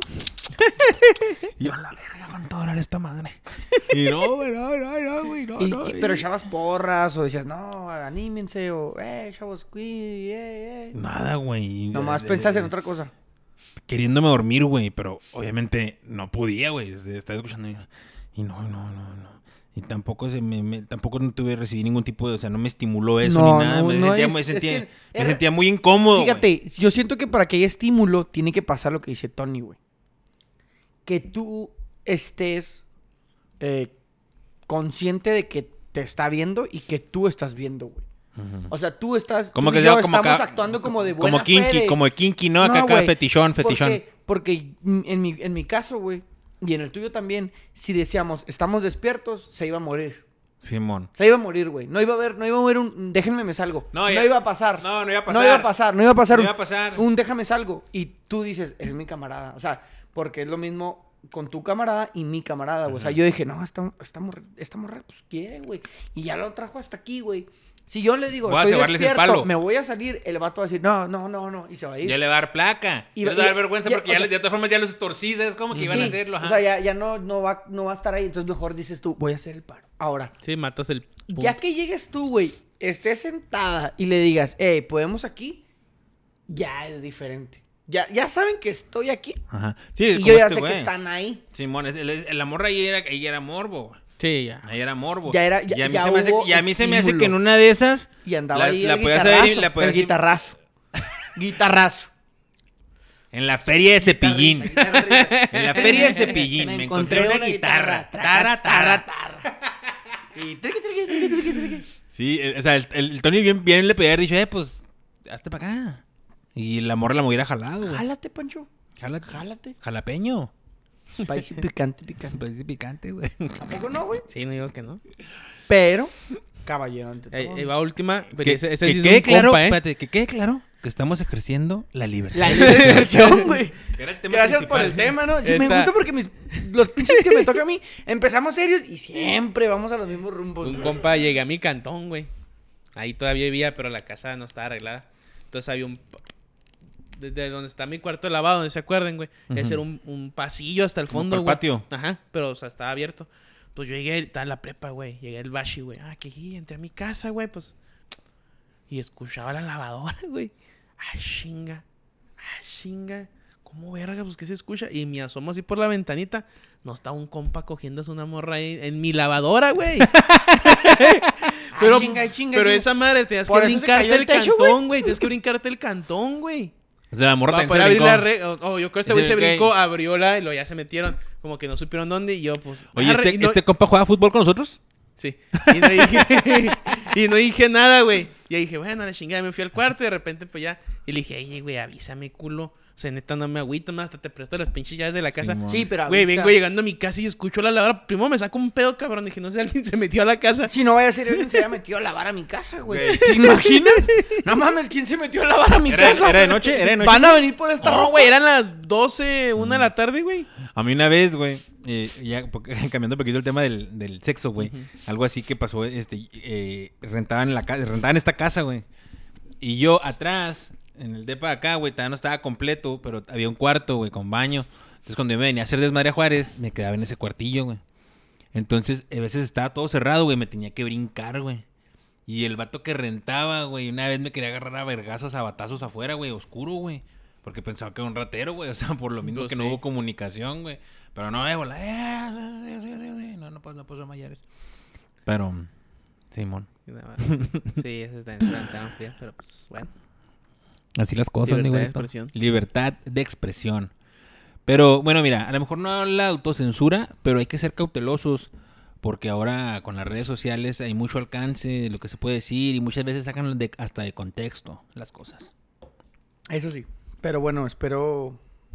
Y yo, a la verga, ¿cuánto va a durar esta madre? Y no, güey, no, no, no, güey, no, Y- no. y- pero echabas porras o decías, no, anímense o, eh, chavos, cuí, eh, eh. Nada, güey. Nomás De- pensás de- en otra cosa. Queriéndome dormir, güey, pero obviamente no podía, güey. Estaba escuchando y, y no, no, no, no. Y tampoco se me, me- tampoco no tuve recibí ningún tipo de, o sea, no me estimuló eso No, ni nada. no, me, no sentía, es- me, es sentía, que me era- sentía muy incómodo, güey. Fíjate, yo siento que para que haya estímulo tiene que pasar lo que dice Tony, güey. Que tú estés eh, consciente de que te está viendo y que tú estás viendo, güey. Ujú. O sea, tú estás. Como tú que y sea yo como estamos acá- actuando como de buena como kinky, fe de- como de kinky, ¿no? Acá, No, acá güey, fetichón, fetichón. Porque, porque mm, en mi, en mi caso, güey, y en el tuyo también, si decíamos, estamos despiertos, se iba a morir. Simón. Se iba a morir, güey. No iba a haber, no iba a haber un déjenme me salgo. No, No, ya- iba a pasar. No, no iba a No pasar. iba a pasar, no iba a pasar. No un, iba a pasar. un déjame salgo. Y tú dices, es mi camarada. O sea, porque es lo mismo con tu camarada y mi camarada, güey. O sea, Ajá. yo dije, no, esta, esta, morra, esta morra, pues quiere, güey. Y ya lo trajo hasta aquí, güey. Si yo le digo, Voy a estoy cebarles el despierto, palo. me voy a salir, el vato va a decir, no, no, no, no. Y se va a ir. Ya le va a dar placa. Y- Y les va a dar y- vergüenza ya, porque o ya, sea- les- de todas formas ya los torcí, ¿sabes cómo que iban a Sí, hacerlo? Ajá. O sea, ya, ya no, no, va, no va a estar ahí. Entonces mejor dices tú, voy a hacer el paro. Ahora, Sí, matas el punto. ya que llegues tú, güey, estés sentada y le digas, hey, ¿podemos aquí? Ya es diferente. Ya, ya saben que estoy aquí. Ajá. Sí, Y como yo ya este sé güey. que están ahí. Simón, es- el, el amor ahí era, ahí era morbo, güey. Sí, ya. Ahí era morbo. Ya era- ya- y a mí, ya se, me hace, hubo y a mí se me hace que en estímulo. una de esas... Y andaba la- ahí la el podías guitarrazo. ver y la podías el ir- guitarrazo. guitarrazo. En la feria de Cepillín. Guitarrita, guitarrita. En la feria de Cepillín me encontré una guitarra. Tarra, tarra. Y triqui, triqui, triqui, triqui, triqui. Sí, el- o sea, el, el Tony bien, bien le pedía, dicho, eh, pues, hazte para acá. Y la morra la hubiera jalado, güey. Jálate, Pancho. Jálate. Jálate. Jalapeño. Spicy, picante, picante. Pues picante, güey. ¿Tampoco no, güey? Sí, no digo que no. Pero, caballero ante todo. Eh, eh, va última. pero Que, ese, ese que sí es quede un claro, compa, ¿eh? espérate, que quede claro que estamos ejerciendo la libertad. La liberación, güey. Que era el tema Gracias por principal. el tema, ¿no? Sí, me Esta- gusta porque mis, los pinches que me toca a mí empezamos serios y siempre vamos a los mismos rumbos. Un güey. compa llegué a mi cantón, güey. Ahí todavía vivía, pero la casa no estaba arreglada. Entonces había un... pa- Desde donde está mi cuarto de lavado, donde se acuerden, güey. Ese Ujú. era un, un pasillo hasta el Como fondo, por güey. patio. Ajá, pero, o sea, estaba abierto. Pues yo llegué, estaba en la prepa, güey. Llegué al bashi, güey. Ah, que aquí, entré a mi casa, güey, pues... Y escuchaba la lavadora, güey. Ah, chinga. Ah, chinga. ¿Cómo verga? Pues, ¿qué se escucha? Y me asomo así por la ventanita. No está un compa cogiéndose una morra ahí en mi lavadora, güey. pero, chinga, chinga, pero chinga. esa madre, tenías que Por eso se brincarte cayó el el techo, cantón, güey. Tienes que brincarte el cantón, güey. O sea, la morra Para también poder se abrir brincó. la red. Oh, oh, yo creo que este Ese güey se güey. brincó, abrió la y lo ya se metieron. Como que no supieron dónde y yo, pues... Oye, arre, ¿este, y no- ¿este compa juega fútbol con nosotros? Sí. Y no dije, y no dije nada, güey. Y ahí dije, bueno, la chingada, me fui al cuarto y de repente, pues ya. Y le dije, oye, güey, avísame, culo. O sea, neta, no me agüito más, hasta te presto las pinches llaves de la casa. Simón. Sí, pero Güey, avisa. vengo llegando a mi casa y escucho la lavadora. Primero me saco un pedo, cabrón. Dije, no sé, alguien se metió a la casa. Si no vaya a ser alguien se haya metido a lavar a mi casa, güey. Güey. ¿Te imaginas? No mames, ¿quién se metió a lavar a mi Era- casa? era de noche, era de noche. Van a venir por esta No, ropa. güey, eran las doce, una de la tarde, güey. A mí una vez, güey, eh, ya po- cambiando un poquito el tema del, del sexo, güey. Algo así que pasó, este, eh, rentaban, la, ca- rentaban esta casa, güey. Y yo atrás, en el depa de acá, güey, todavía no estaba completo, pero había un cuarto, güey, con baño. Entonces cuando yo me venía a hacer desmadre a Juárez, me quedaba en ese cuartillo, güey. Entonces, a veces estaba todo cerrado, güey. Me tenía que brincar, güey. Y el vato que rentaba, güey, una vez me quería agarrar a vergazos, a batazos afuera, güey, oscuro, güey. Porque pensaba que era un ratero, güey. O sea, por lo mismo Pues que sí. no hubo comunicación, güey. Pero no, eh, bola, eh, sí, sí, sí, sí. No, no, pues, no puso Mayares. Pero, Simón. Sí, esa está en tan fría, pero pues bueno. Así las cosas, Libertad mi de güerito. expresión. Libertad de expresión. Pero, bueno, mira, a lo mejor no la autocensura, pero hay que ser cautelosos. Porque ahora con las redes sociales hay mucho alcance de lo que se puede decir. Y muchas veces sacan de- hasta de contexto las cosas. Eso sí. Pero bueno, espero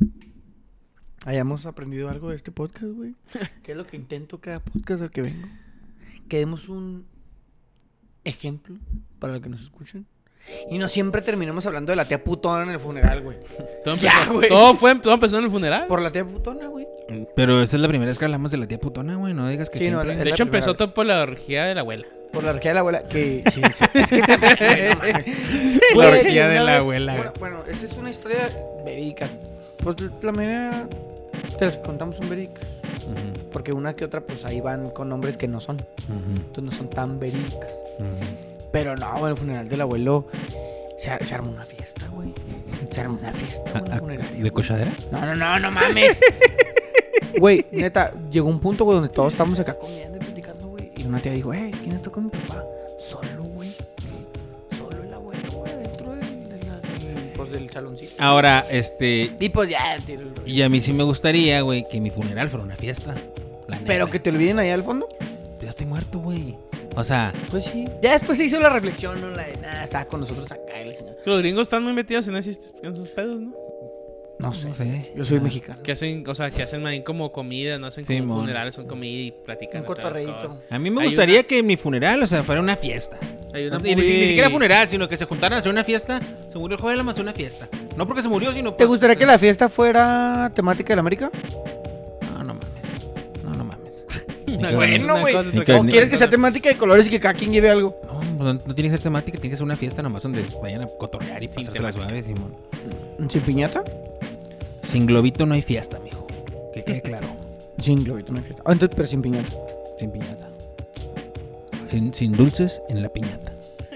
hayamos aprendido algo de este podcast, güey. Que es lo que intento cada podcast al que vengo. Que demos un ejemplo para los que nos escuchen. Y no siempre terminemos hablando de la tía putona en el funeral, güey. Todo, Ya, empezó, güey. todo, fue, todo empezó en el funeral. Por la tía putona, güey. Pero esa es la primera vez que hablamos de la tía putona, güey. No digas que Sí, no, siempre... es De la hecho, primera empezó vez. todo por la orgía de la abuela. Por la orgía de la abuela. Que sí, sí. Es que también, güey, no mames. La Güey, orgía de una la vez- abuela, Bueno, bueno, esta es una historia verídica. Pues la manera te las contamos son verídicas. Ujú, Porque una que otra, pues ahí van con nombres que no son. ujú, Entonces no son tan verídicas. ujú. Pero no, en el funeral del abuelo se, ar- se armó una fiesta, güey. Se armó una fiesta, güey, en el Ah, funerario, ¿De güey. cochadera? No, no, no, no mames. Güey, neta, llegó un punto, güey, donde todos estábamos acá comiendo y platicando, güey. Y una tía dijo, hey, ¿quién está con mi papá? Solo, güey. Solo el abuelo, güey, dentro del, del, del- pues, del saloncito. Ahora, este... Y pues ya, tiro el rollo. Y a mí sí me gustaría, güey, que mi funeral fuera una fiesta. La Pero neta. que te olviden ahí al fondo. Ya estoy muerto, güey. O sea, Pues sí. Ya después se hizo la reflexión, ¿no? La de, nada, estaba con nosotros acá. Y la chingada. Los gringos están muy metidos en, esos, en sus pedos, ¿no? No sé. no sé. Yo soy Ah. mexicano. Que hacen, o sea, que hacen ahí como comida, no hacen como Simón. funerales, son comida y platican. Un de todas las cotorreíto. cosas. A mí me Hay gustaría una- que mi funeral, o sea, fuera una fiesta. Hay una Y ni, muy- ni siquiera funeral, sino que se juntaran a hacer una fiesta. Se murió el joven, vamos a hacer una fiesta. No porque se murió, sino ¿Te pues- gustaría que la fiesta fuera temática de la América? No, no mames. No, no mames. Ni Una que- cosa es Bueno, una güey. cosa, Ni otra que- ¿O cosa ni- es quieres otra que sea cosa. temática de colores y que cada quien lleve algo? No, no, no tiene que ser temática, tiene que ser una fiesta nomás donde vayan a cotorrear y Sin pasarse la temática. suave, Simón. ¿Sin piñata? Sin globito no hay fiesta, mijo. Que quede claro. Sin globito, no hay fiesta. Ah, entonces, pero sin piñata. Sin piñata. Sin, sin dulces en la piñata.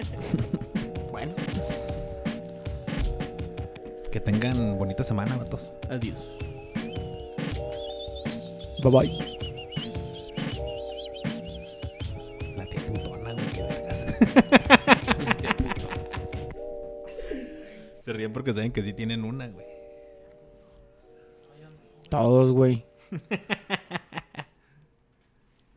Bueno. Que tengan bonita semana, vatos. Adiós. Bye bye. La tía putona, güey, qué vergas. Se ríen porque saben que sí tienen una, güey. Todos, güey.